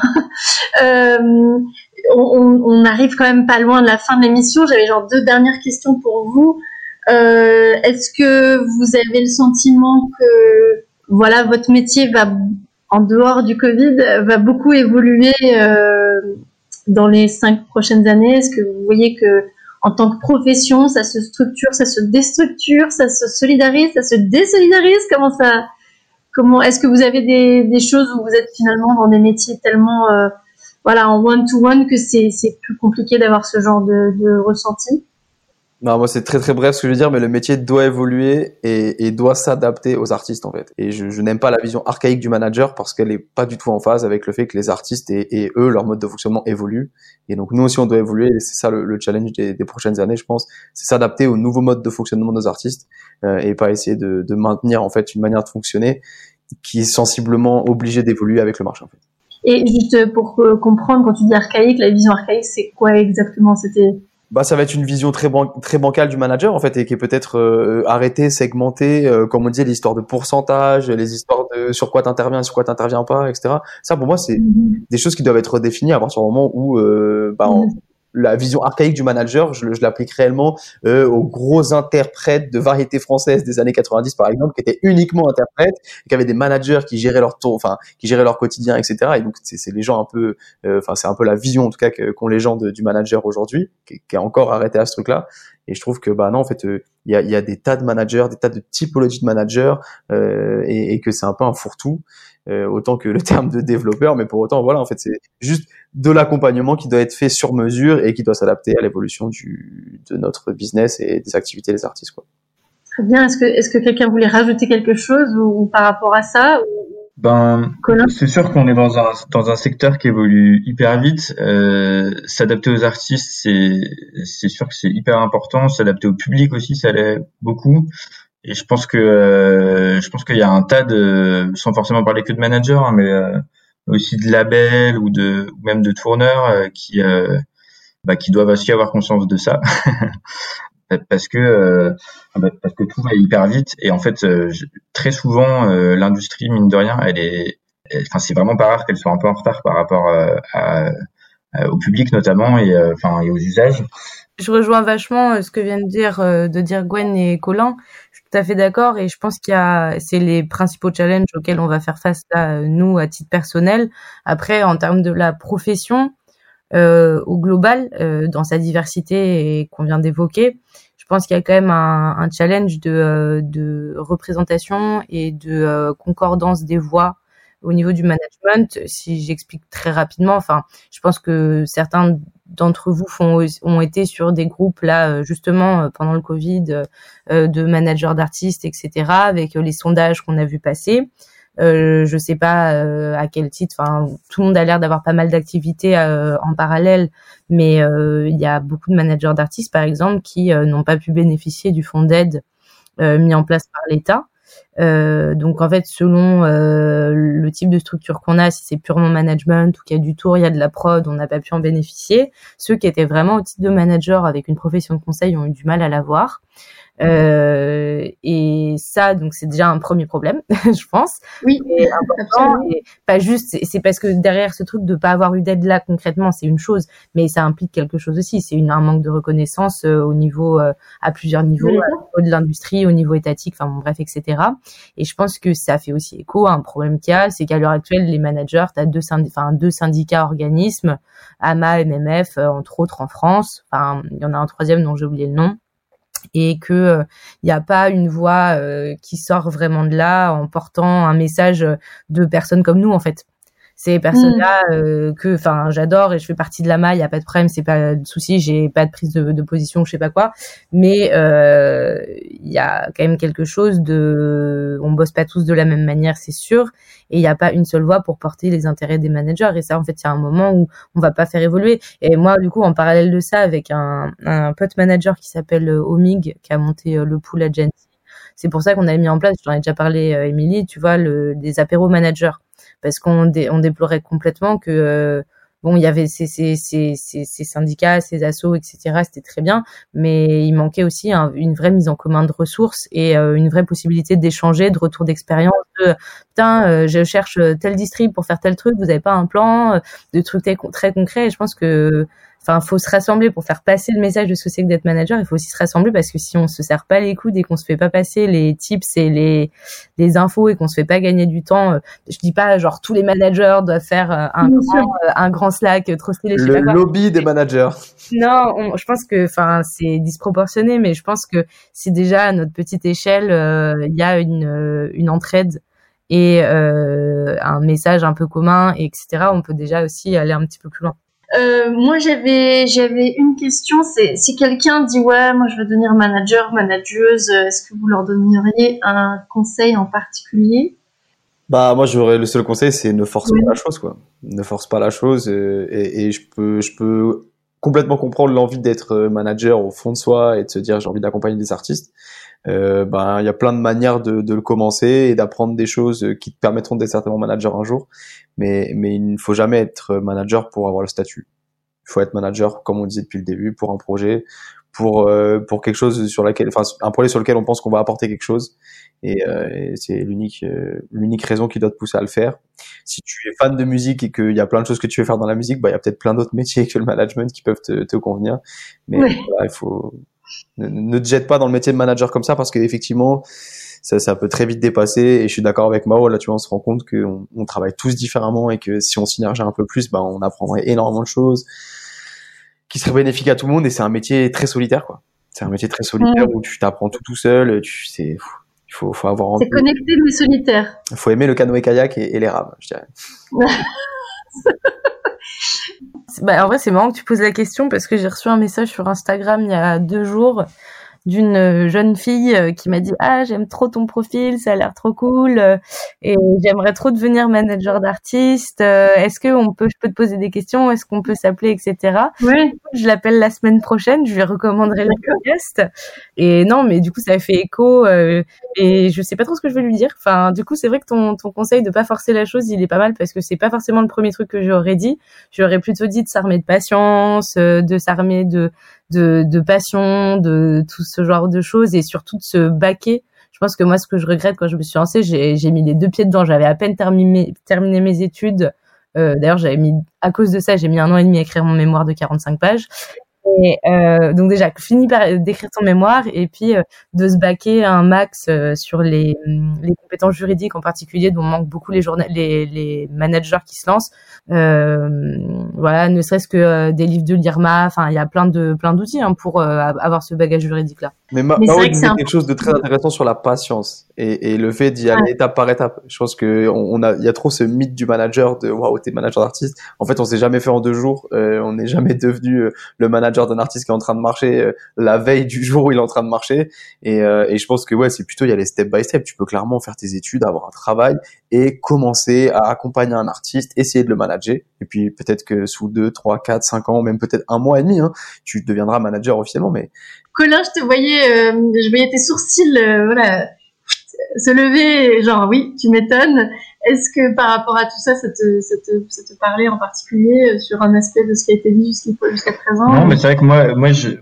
euh, on, on arrive quand même pas loin de la fin de l'émission. J'avais genre deux dernières questions pour vous. Euh, est-ce que vous avez le sentiment que voilà, votre métier va, en dehors du Covid, va beaucoup évoluer euh, dans les cinq prochaines années? Est-ce que vous voyez que en tant que profession, ça se structure, ça se déstructure, ça se solidarise, ça se désolidarise? Comment ça Comment est-ce que vous avez des, des choses où vous êtes finalement dans des métiers tellement euh, voilà en one to one que c'est c'est plus compliqué d'avoir ce genre de, de ressenti? Non, moi c'est très très bref ce que je veux dire, mais le métier doit évoluer et, et doit s'adapter aux artistes en fait. Et je, je n'aime pas la vision archaïque du manager parce qu'elle est pas du tout en phase avec le fait que les artistes et, et eux leur mode de fonctionnement évolue. Et donc nous aussi on doit évoluer. Et c'est ça le, le challenge des, des prochaines années, je pense, c'est s'adapter au nouveau mode de fonctionnement de nos artistes euh, et pas essayer de, de maintenir en fait une manière de fonctionner qui est sensiblement obligée d'évoluer avec le marché en fait. Et juste pour euh, comprendre, quand tu dis archaïque, la vision archaïque, c'est quoi exactement? C'était Bah, ça va être une vision très ban- très bancale du manager en fait, et qui est peut-être euh, arrêtée, segmentée, euh, comme on disait, l'histoire de pourcentage, les histoires de sur quoi t'interviens, sur quoi t'interviens pas, et cetera. Ça pour moi c'est mm-hmm. des choses qui doivent être redéfinies à partir du moment où euh, bah, on, mm-hmm. la vision archaïque du manager, je, je l'applique réellement euh, aux gros interprètes de variété française des années quatre-vingt-dix par exemple, qui étaient uniquement interprètes, et qui avaient des managers qui géraient leur tour, enfin qui géraient leur quotidien, et cetera. Et donc c'est, c'est les gens un peu, enfin euh, c'est un peu la vision en tout cas que, qu'ont les gens de, du manager aujourd'hui, qui, qui est encore arrêté à ce truc-là. Et je trouve que bah non en fait il euh, y a il y a des tas de managers, des tas de typologies de managers, euh, et, et que c'est un peu un fourre-tout. Euh, autant que le terme de développeur, mais pour autant, voilà, en fait, c'est juste de l'accompagnement qui doit être fait sur mesure et qui doit s'adapter à l'évolution du, de notre business et des activités des artistes, quoi. Très bien. Est-ce que, est-ce que quelqu'un voulait rajouter quelque chose ou, ou par rapport à ça? Ou... Ben, Colin? C'est sûr qu'on est dans un, dans un secteur qui évolue hyper vite. Euh, s'adapter aux artistes, c'est, c'est sûr que c'est hyper important. S'adapter au public aussi, ça l'est beaucoup. Et je pense que euh, je pense qu'il y a un tas de, sans forcément parler que de managers, hein, mais euh, aussi de labels ou de ou même de tourneurs euh, qui euh, bah, qui doivent aussi avoir conscience de ça, parce que euh, bah, parce que tout va hyper vite et en fait euh, je, très souvent euh, l'industrie mine de rien elle est, enfin c'est vraiment pas rare qu'elle soit un peu en retard par rapport euh, à, à, au public notamment et enfin euh, et aux usages. Je rejoins vachement ce que viennent de dire, de dire Gwen et Colin. Je suis tout à fait d'accord et je pense qu'il y a, c'est les principaux challenges auxquels on va faire face là, nous, à titre personnel. Après, en termes de la profession, euh, au global, euh, dans sa diversité et qu'on vient d'évoquer, je pense qu'il y a quand même un, un challenge de, de représentation et de euh, concordance des voix au niveau du management. Si j'explique très rapidement, enfin, je pense que certains d'entre vous font, ont été sur des groupes là justement pendant le Covid euh, de managers d'artistes, et cetera. Avec les sondages qu'on a vu passer. Euh, je sais pas euh, à quel titre. Enfin, tout le monde a l'air d'avoir pas mal d'activités euh, en parallèle, mais euh, il y a beaucoup de managers d'artistes, par exemple, qui euh, n'ont pas pu bénéficier du fonds d'aide euh, mis en place par l'État. Euh, donc en fait selon euh, le type de structure qu'on a, si c'est purement management ou qu'il y a du tour, il y a de la prod, on n'a pas pu en bénéficier. Ceux qui étaient vraiment au titre de manager avec une profession de conseil ont eu du mal à l'avoir. Euh, et ça, donc c'est déjà un premier problème, je pense. Oui, et important, et pas juste, c'est, c'est parce que derrière ce truc de pas avoir eu d'aide là concrètement, c'est une chose, mais ça implique quelque chose aussi. C'est une, un manque de reconnaissance euh, au niveau, euh, à plusieurs niveaux, oui. Au niveau de l'industrie, au niveau étatique, enfin bon, bref, et cetera. Et je pense que ça fait aussi écho à un problème qu'il y a, c'est qu'à l'heure actuelle, les managers, t'as deux syndicats, enfin deux syndicats organismes, A M A, M M F, euh, entre autres en France. Enfin, il y en a un troisième dont j'ai oublié le nom. Et que il euh, n'y a pas une voix euh, qui sort vraiment de là en portant un message de personnes comme nous en fait. Ces personnes-là mmh. euh, que, enfin, j'adore et je fais partie de l'A M A, il y a pas de problème, c'est pas de souci, j'ai pas de prise de, de position, je sais pas quoi, mais il euh, y a quand même quelque chose de, on bosse pas tous de la même manière, c'est sûr, et il y a pas une seule voix pour porter les intérêts des managers. Et ça, en fait, il y a un moment où on va pas faire évoluer. Et moi, du coup, en parallèle de ça, avec un, un pote manager qui s'appelle Omig, qui a monté le Pool Agency, c'est pour ça qu'on a mis en place, j'en ai déjà parlé, euh, Émilie, tu vois, le, des apéros managers. Parce qu'on dé, on déplorait complètement que euh, bon, il y avait ces, ces, ces, ces, ces syndicats, ces assos, et cetera. C'était très bien, mais il manquait aussi un, une vraie mise en commun de ressources et euh, une vraie possibilité d'échanger, de retour d'expérience. De putain, euh, je cherche tel district pour faire tel truc, vous avez pas un plan, euh, de trucs très, très concrets. Et je pense que Enfin, faut se rassembler pour faire passer le message de ce que c'est que d'être manager. Il faut aussi se rassembler parce que si on se serre pas les coudes et qu'on se fait pas passer les tips et les les infos et qu'on se fait pas gagner du temps, euh, je dis pas genre tous les managers doivent faire euh, un grand, euh, un grand Slack trop stylé. Je sais le pas quoi. Lobby des managers. Non, on, je pense que, enfin, c'est disproportionné, mais je pense que si déjà à notre petite échelle, il euh, y a une euh, une entraide et euh, un message un peu commun, et cetera. On peut déjà aussi aller un petit peu plus loin. Euh, moi j'avais j'avais une question, c'est si quelqu'un dit ouais moi je veux devenir manager, manageuse, est-ce que vous leur donneriez un conseil en particulier? Bah moi j'aurais le seul conseil, c'est ne force oui. pas la chose quoi. Ne force pas la chose et, et je peux je peux complètement comprendre l'envie d'être manager au fond de soi et de se dire j'ai envie d'accompagner des artistes. Euh, ben il y a plein de manières de, de le commencer et d'apprendre des choses qui te permettront d'être certainement manager un jour, mais mais il ne faut jamais être manager pour avoir le statut. Il faut être manager, comme on disait depuis le début, pour un projet, pour euh, pour quelque chose sur laquelle, enfin un projet sur lequel on pense qu'on va apporter quelque chose, et, euh, et c'est l'unique euh, l'unique raison qui doit te pousser à le faire. Si tu es fan de musique et qu'il y a plein de choses que tu veux faire dans la musique, bah il y a peut-être plein d'autres métiers que le management qui peuvent te, te convenir, mais oui. Voilà, il faut ne, ne te jette pas dans le métier de manager comme ça parce qu'effectivement ça, ça peut très vite dépasser. Et je suis d'accord avec Mao, là tu vois, on se rend compte qu'on on travaille tous différemment et que si on synergie un peu plus, bah on apprendrait énormément de choses qui seraient bénéfiques à tout le monde. Et c'est un métier très solitaire, quoi. C'est un métier très solitaire mmh. où tu t'apprends tout tout seul. Tu c'est il faut faut avoir envie. C'est connecté mais solitaire. Il faut aimer le canoë-kayak et, et les rames, je dirais. Bah, en vrai, c'est marrant que tu poses la question parce que j'ai reçu un message sur Instagram il y a deux jours d'une jeune fille qui m'a dit « Ah, j'aime trop ton profil, ça a l'air trop cool et j'aimerais trop devenir manager d'artiste. Est-ce que on peut, je peux te poser des questions? Est-ce qu'on peut s'appeler, et cetera » Oui. Je l'appelle la semaine prochaine, je lui recommanderai le podcast. Et non, mais du coup, ça a fait écho euh, et je sais pas trop ce que je vais lui dire. Enfin, du coup, c'est vrai que ton, ton conseil de pas forcer la chose, il est pas mal parce que c'est pas forcément le premier truc que j'aurais dit. J'aurais plutôt dit de s'armer de patience, de s'armer de de de passion, de tout ce genre de choses et surtout de se baquer. Je pense que moi, ce que je regrette quand je me suis lancée, j'ai j'ai mis les deux pieds dedans. J'avais à peine terminé terminé mes études. Euh, d'ailleurs, j'avais mis à cause de ça, j'ai mis un an et demi à écrire mon mémoire de quarante-cinq pages. Et euh, donc déjà fini par d'écrire son mémoire et puis euh, de se baquer un max euh, sur les les compétences juridiques en particulier dont manquent beaucoup les journal les les managers qui se lancent. Euh, voilà, ne serait-ce que euh, des livres de l'I R M A, enfin il y a plein de plein d'outils hein, pour euh, avoir ce bagage juridique là. Mais, ma- Mais Mao disait quelque un... chose de très intéressant sur la patience et, et le fait d'y aller ouais. étape par étape. Je pense que on, on a il y a trop ce mythe du manager de waouh t'es manager d'artiste. En fait on s'est jamais fait en deux jours. Euh, on n'est jamais devenu euh, le manager d'un artiste qui est en train de marcher euh, la veille du jour où il est en train de marcher. Et, euh, et je pense que ouais c'est plutôt il y a les step by step. Tu peux clairement faire tes études, avoir un travail et commencer à accompagner un artiste, essayer de le manager. Et puis peut-être que sous deux, trois, quatre, cinq ans, même peut-être un mois et demi, hein, tu deviendras manager officiellement. Mais Colin, je te voyais, euh, je voyais tes sourcils, euh, voilà, se lever, genre oui, tu m'étonnes. Est-ce que par rapport à tout ça, ça te, ça te, ça te parlait en particulier sur un aspect de ce qui a été dit jusqu'à, jusqu'à présent? Non, mais c'est vrai que moi, moi, je,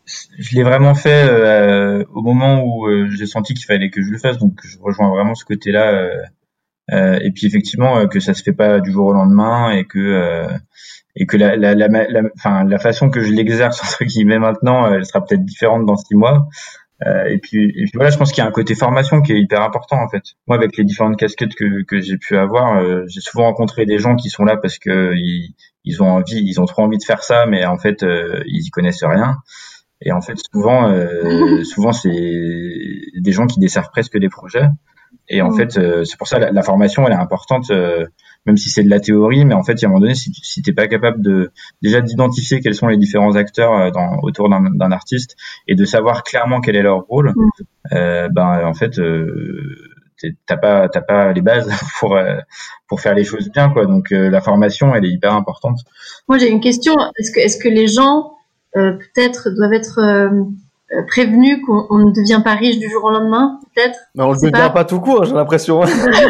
je l'ai vraiment fait euh, au moment où euh, j'ai senti qu'il fallait que je le fasse, donc je rejoins vraiment ce côté-là. Euh, euh, et puis effectivement euh, que ça se fait pas du jour au lendemain et que euh, et que la la la, la, enfin, la façon que je l'exerce entre guillemets maintenant, elle sera peut-être différente dans six mois. Euh, et puis et puis voilà, je pense qu'il y a un côté formation qui est hyper important en fait. Moi, avec les différentes casquettes que que j'ai pu avoir, euh, j'ai souvent rencontré des gens qui sont là parce que ils ils ont envie, ils ont trop envie de faire ça, mais en fait euh, ils y connaissent rien. Et en fait, souvent, euh, souvent c'est des gens qui desservent presque des projets. Et en mmh. fait, euh, c'est pour ça la, la formation, elle est importante, euh, même si c'est de la théorie. Mais en fait, il y a un moment donné, si, si t'es pas capable de déjà d'identifier quels sont les différents acteurs dans, autour d'un, d'un artiste et de savoir clairement quel est leur rôle, mmh. euh, ben en fait, euh, t'as pas t'as pas les bases pour euh, pour faire les choses bien, quoi. Donc euh, la formation, elle est hyper importante. Moi, j'ai une question. Est-ce que est-ce que les gens Euh, peut-être doivent être euh, euh, prévenus qu'on on ne devient pas riche du jour au lendemain, peut-être. Mais on ne devient pas... pas tout court, j'ai l'impression.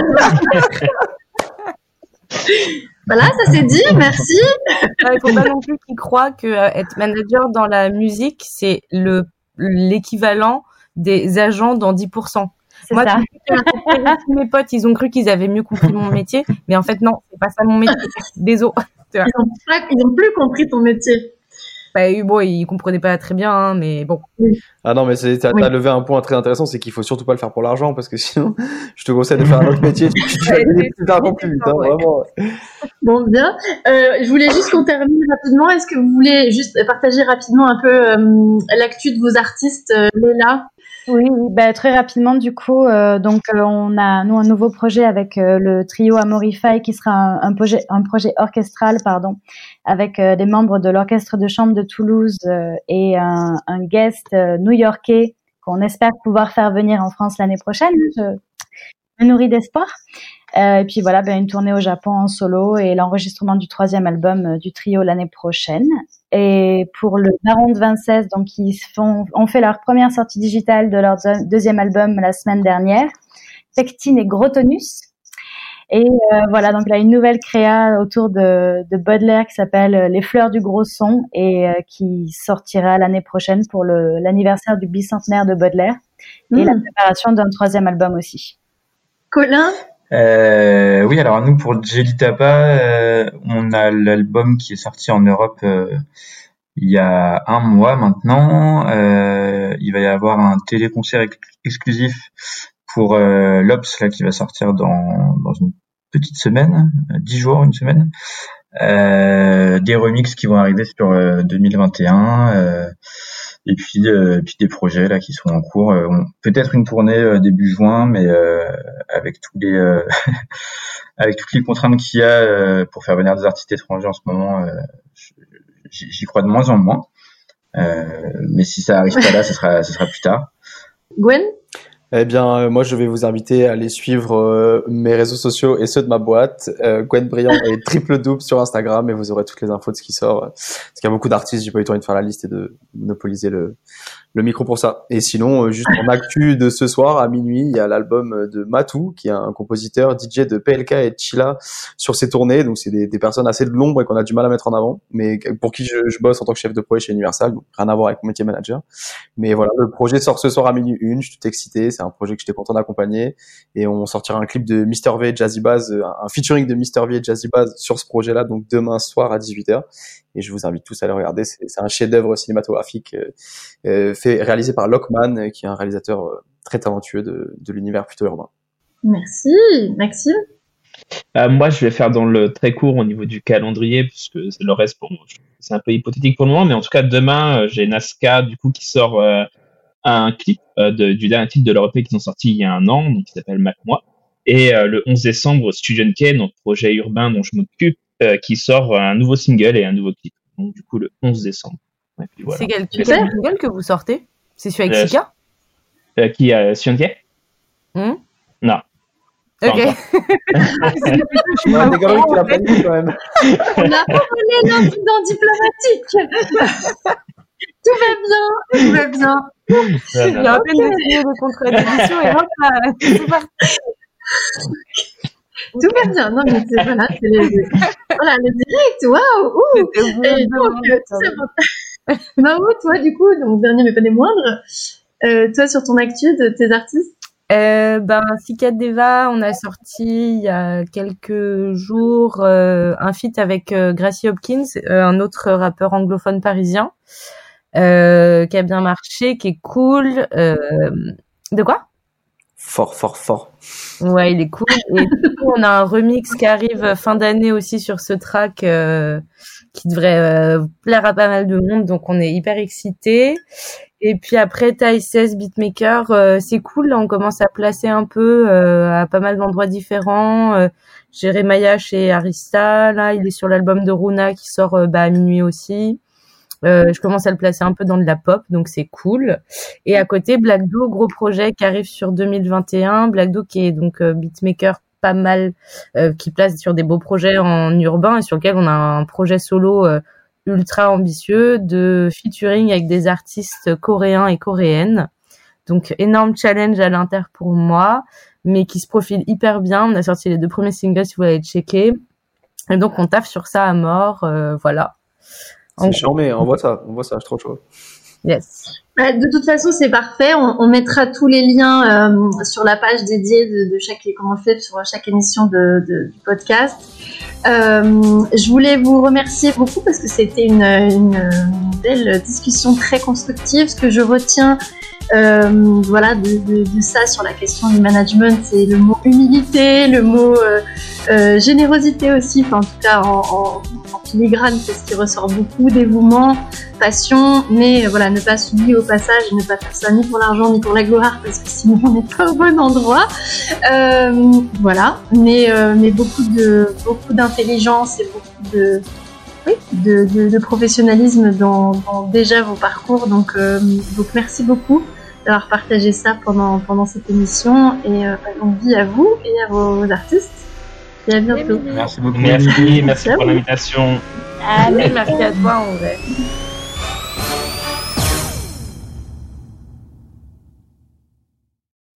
Voilà, ça c'est dit, merci. Il ne faut pas non plus qu'ils croient que euh, être manager dans la musique, c'est le l'équivalent des agents dans dix pour cent. C'est Moi, ça. Tous mes potes, ils ont cru qu'ils avaient mieux compris mon métier, mais en fait non, c'est pas ça mon métier. Désolé. Ils ont, pas, ils ont plus compris ton métier. Bah, bon, ils comprenaient pas très bien, hein, mais bon. Ah non, mais c'est, t'as, oui. t'as levé un point très intéressant, c'est qu'il faut surtout pas le faire pour l'argent, parce que sinon, je te conseille de faire un autre métier, tu vas gagner plus d'argent plus vite, hein, vraiment. Bon, bien. Euh, je voulais juste qu'on termine rapidement. Est-ce que vous voulez juste partager rapidement un peu euh, l'actu de vos artistes, euh, Léla? Oui, oui, bah, très rapidement, du coup, euh, donc euh, on a nous un nouveau projet avec euh, le trio Amorify qui sera un, un projet un projet orchestral, pardon, avec euh, des membres de l'orchestre de chambre de Toulouse euh, et un, un guest euh, new-yorkais qu'on espère pouvoir faire venir en France l'année prochaine. Je me nourris d'espoir. Euh, et puis voilà, ben une tournée au Japon en solo et l'enregistrement du troisième album euh, du trio l'année prochaine. Et pour le Baron de Vincennes, donc ils font, ont fait leur première sortie digitale de leur deuxième album la semaine dernière, Pectine et Grotonus. Et euh, voilà, donc là une nouvelle créa autour de, de Baudelaire qui s'appelle Les Fleurs du Gros Son et euh, qui sortira l'année prochaine pour le, l'anniversaire du bicentenaire de Baudelaire mmh. et la préparation d'un troisième album aussi. Colin? Euh, oui, alors nous pour Jelly Tapa, euh, on a l'album qui est sorti en Europe euh, il y a un mois maintenant. Euh, il va y avoir un téléconcert ex- exclusif pour euh, l'Obs là qui va sortir dans dans une petite semaine, dix jours, une semaine. Euh, des remixes qui vont arriver sur euh, deux mille vingt et un. Euh, Et puis, euh, puis des projets là qui sont en cours. Euh, on, peut-être une tournée euh, début juin, mais euh, avec tous les euh, avec toutes les contraintes qu'il y a euh, pour faire venir des artistes étrangers en ce moment, euh, j'y, j'y crois de moins en moins. Euh, mais si ça arrive pas là, ce sera ce sera plus tard. Gwen? Eh bien, euh, moi, je vais vous inviter à aller suivre euh, mes réseaux sociaux et ceux de ma boîte. Euh, Gwen Briand et Triple Double sur Instagram et vous aurez toutes les infos de ce qui sort. Parce qu'il y a beaucoup d'artistes, j'ai pas eu le temps de faire la liste et de monopoliser le, le micro pour ça. Et sinon, euh, juste en actu de ce soir, à minuit, il y a l'album de Matou, qui est un compositeur D J de P L K et Chila sur ses tournées. Donc, c'est des, des personnes assez de l'ombre et qu'on a du mal à mettre en avant, mais pour qui je, je bosse en tant que chef de projet chez Universal. Donc, rien à voir avec mon métier manager. Mais voilà, le projet sort ce soir à minuit une. Je suis tout excité. C'est un projet que j'étais content d'accompagner et on sortira un clip de mister V et Jazzy Bass, un featuring de mister V et Jazzy Bass sur ce projet-là, donc demain soir à dix-huit heures. Et je vous invite tous à le regarder. C'est, c'est un chef-d'œuvre cinématographique euh, euh, fait réalisé par Lockman, qui est un réalisateur euh, très talentueux de, de l'univers plutôt urbain. Merci, Maxime. Euh, moi, je vais faire dans le très court au niveau du calendrier, puisque le reste, pour moi, c'est un peu hypothétique pour le moment. Mais en tout cas, demain, j'ai Nazca, du coup, qui sort euh, un clip euh, de, du dernier titre de leur E P qu'ils ont sorti il y a un an, donc qui s'appelle Mac Moi. Et euh, le onze décembre, Student K, notre projet urbain dont je m'occupe, euh, qui sort un nouveau single et un nouveau clip. Donc du coup, le onze décembre. Et puis, voilà. C'est quel, quel single que vous sortez? C'est celui avec euh, Sika euh, Qui a euh, Student K? hmm Non. Ok. On a des gars qui l'a pas dit quand même. On a parlé d'incident diplomatique. Tout va bien, tout va bien. Il y a à peine de signer le contrat d'édition et hop là, c'est parti. Tout va bien. Non mais c'est voilà, c'est les, voilà le direct. Waouh. Et donc, euh, tout ça pour... Mao, toi, du coup, donc dernier mais pas des moindres, euh, toi, sur ton actu de tes artistes? Euh, ben, Cicadeva, on a sorti il y a quelques jours euh, un feat avec euh, Gracie Hopkins, euh, un autre rappeur anglophone parisien, euh, qui a bien marché, qui est cool. Euh, de quoi? Fort, fort, fort. Ouais, il est cool. Et du coup, on a un remix qui arrive fin d'année aussi sur ce track euh, qui devrait euh, plaire à pas mal de monde, donc on est hyper excités. Et puis après, Taï seize Beatmaker, euh, c'est cool. Là, on commence à placer un peu euh, à pas mal d'endroits différents. Euh, Jeremiah chez Arista, là, il est sur l'album de Runa qui sort euh, bah, à minuit aussi. Euh, je commence à le placer un peu dans de la pop, donc c'est cool. Et à côté, Black Do, gros projet qui arrive sur deux mille vingt et un. Black Do qui est donc euh, beatmaker pas mal, euh, qui place sur des beaux projets en urbain et sur lequel on a un projet solo euh, ultra ambitieux de featuring avec des artistes coréens et coréennes. Donc énorme challenge à l'inter pour moi, mais qui se profile hyper bien. On a sorti les deux premiers singles si vous voulez aller checker. Et donc on taffe sur ça à mort, euh, voilà. C'est charmé, on voit ça, on voit ça, je suis trop chaud. Yes. Bah, de toute façon, c'est parfait. On, on mettra tous les liens euh, sur la page dédiée de, de chaque, comme on le fait sur chaque émission de, de, du podcast. Euh, je voulais vous remercier beaucoup parce que c'était une, une, une belle discussion très constructive. Ce que je retiens, euh, voilà, de, de, de ça sur la question du management, c'est le mot humilité, le mot euh, euh, générosité aussi. Enfin, en tout cas, en, en, en filigrane, c'est ce qui ressort beaucoup, dévouement, passion, mais euh, voilà, ne pas s'oublier au passage et ne pas faire ça ni pour l'argent ni pour la gloire parce que sinon on n'est pas au bon endroit. Euh, voilà, mais euh, mais beaucoup de beaucoup d'intelligence et beaucoup de oui, de, de, de professionnalisme dans, dans déjà vos parcours. Donc euh, donc merci beaucoup d'avoir partagé ça pendant pendant cette émission et euh, longue vie à vous et à vos artistes. Et à bientôt. Merci beaucoup. Merci, merci pour l'invitation. Allez, merci à toi en vrai.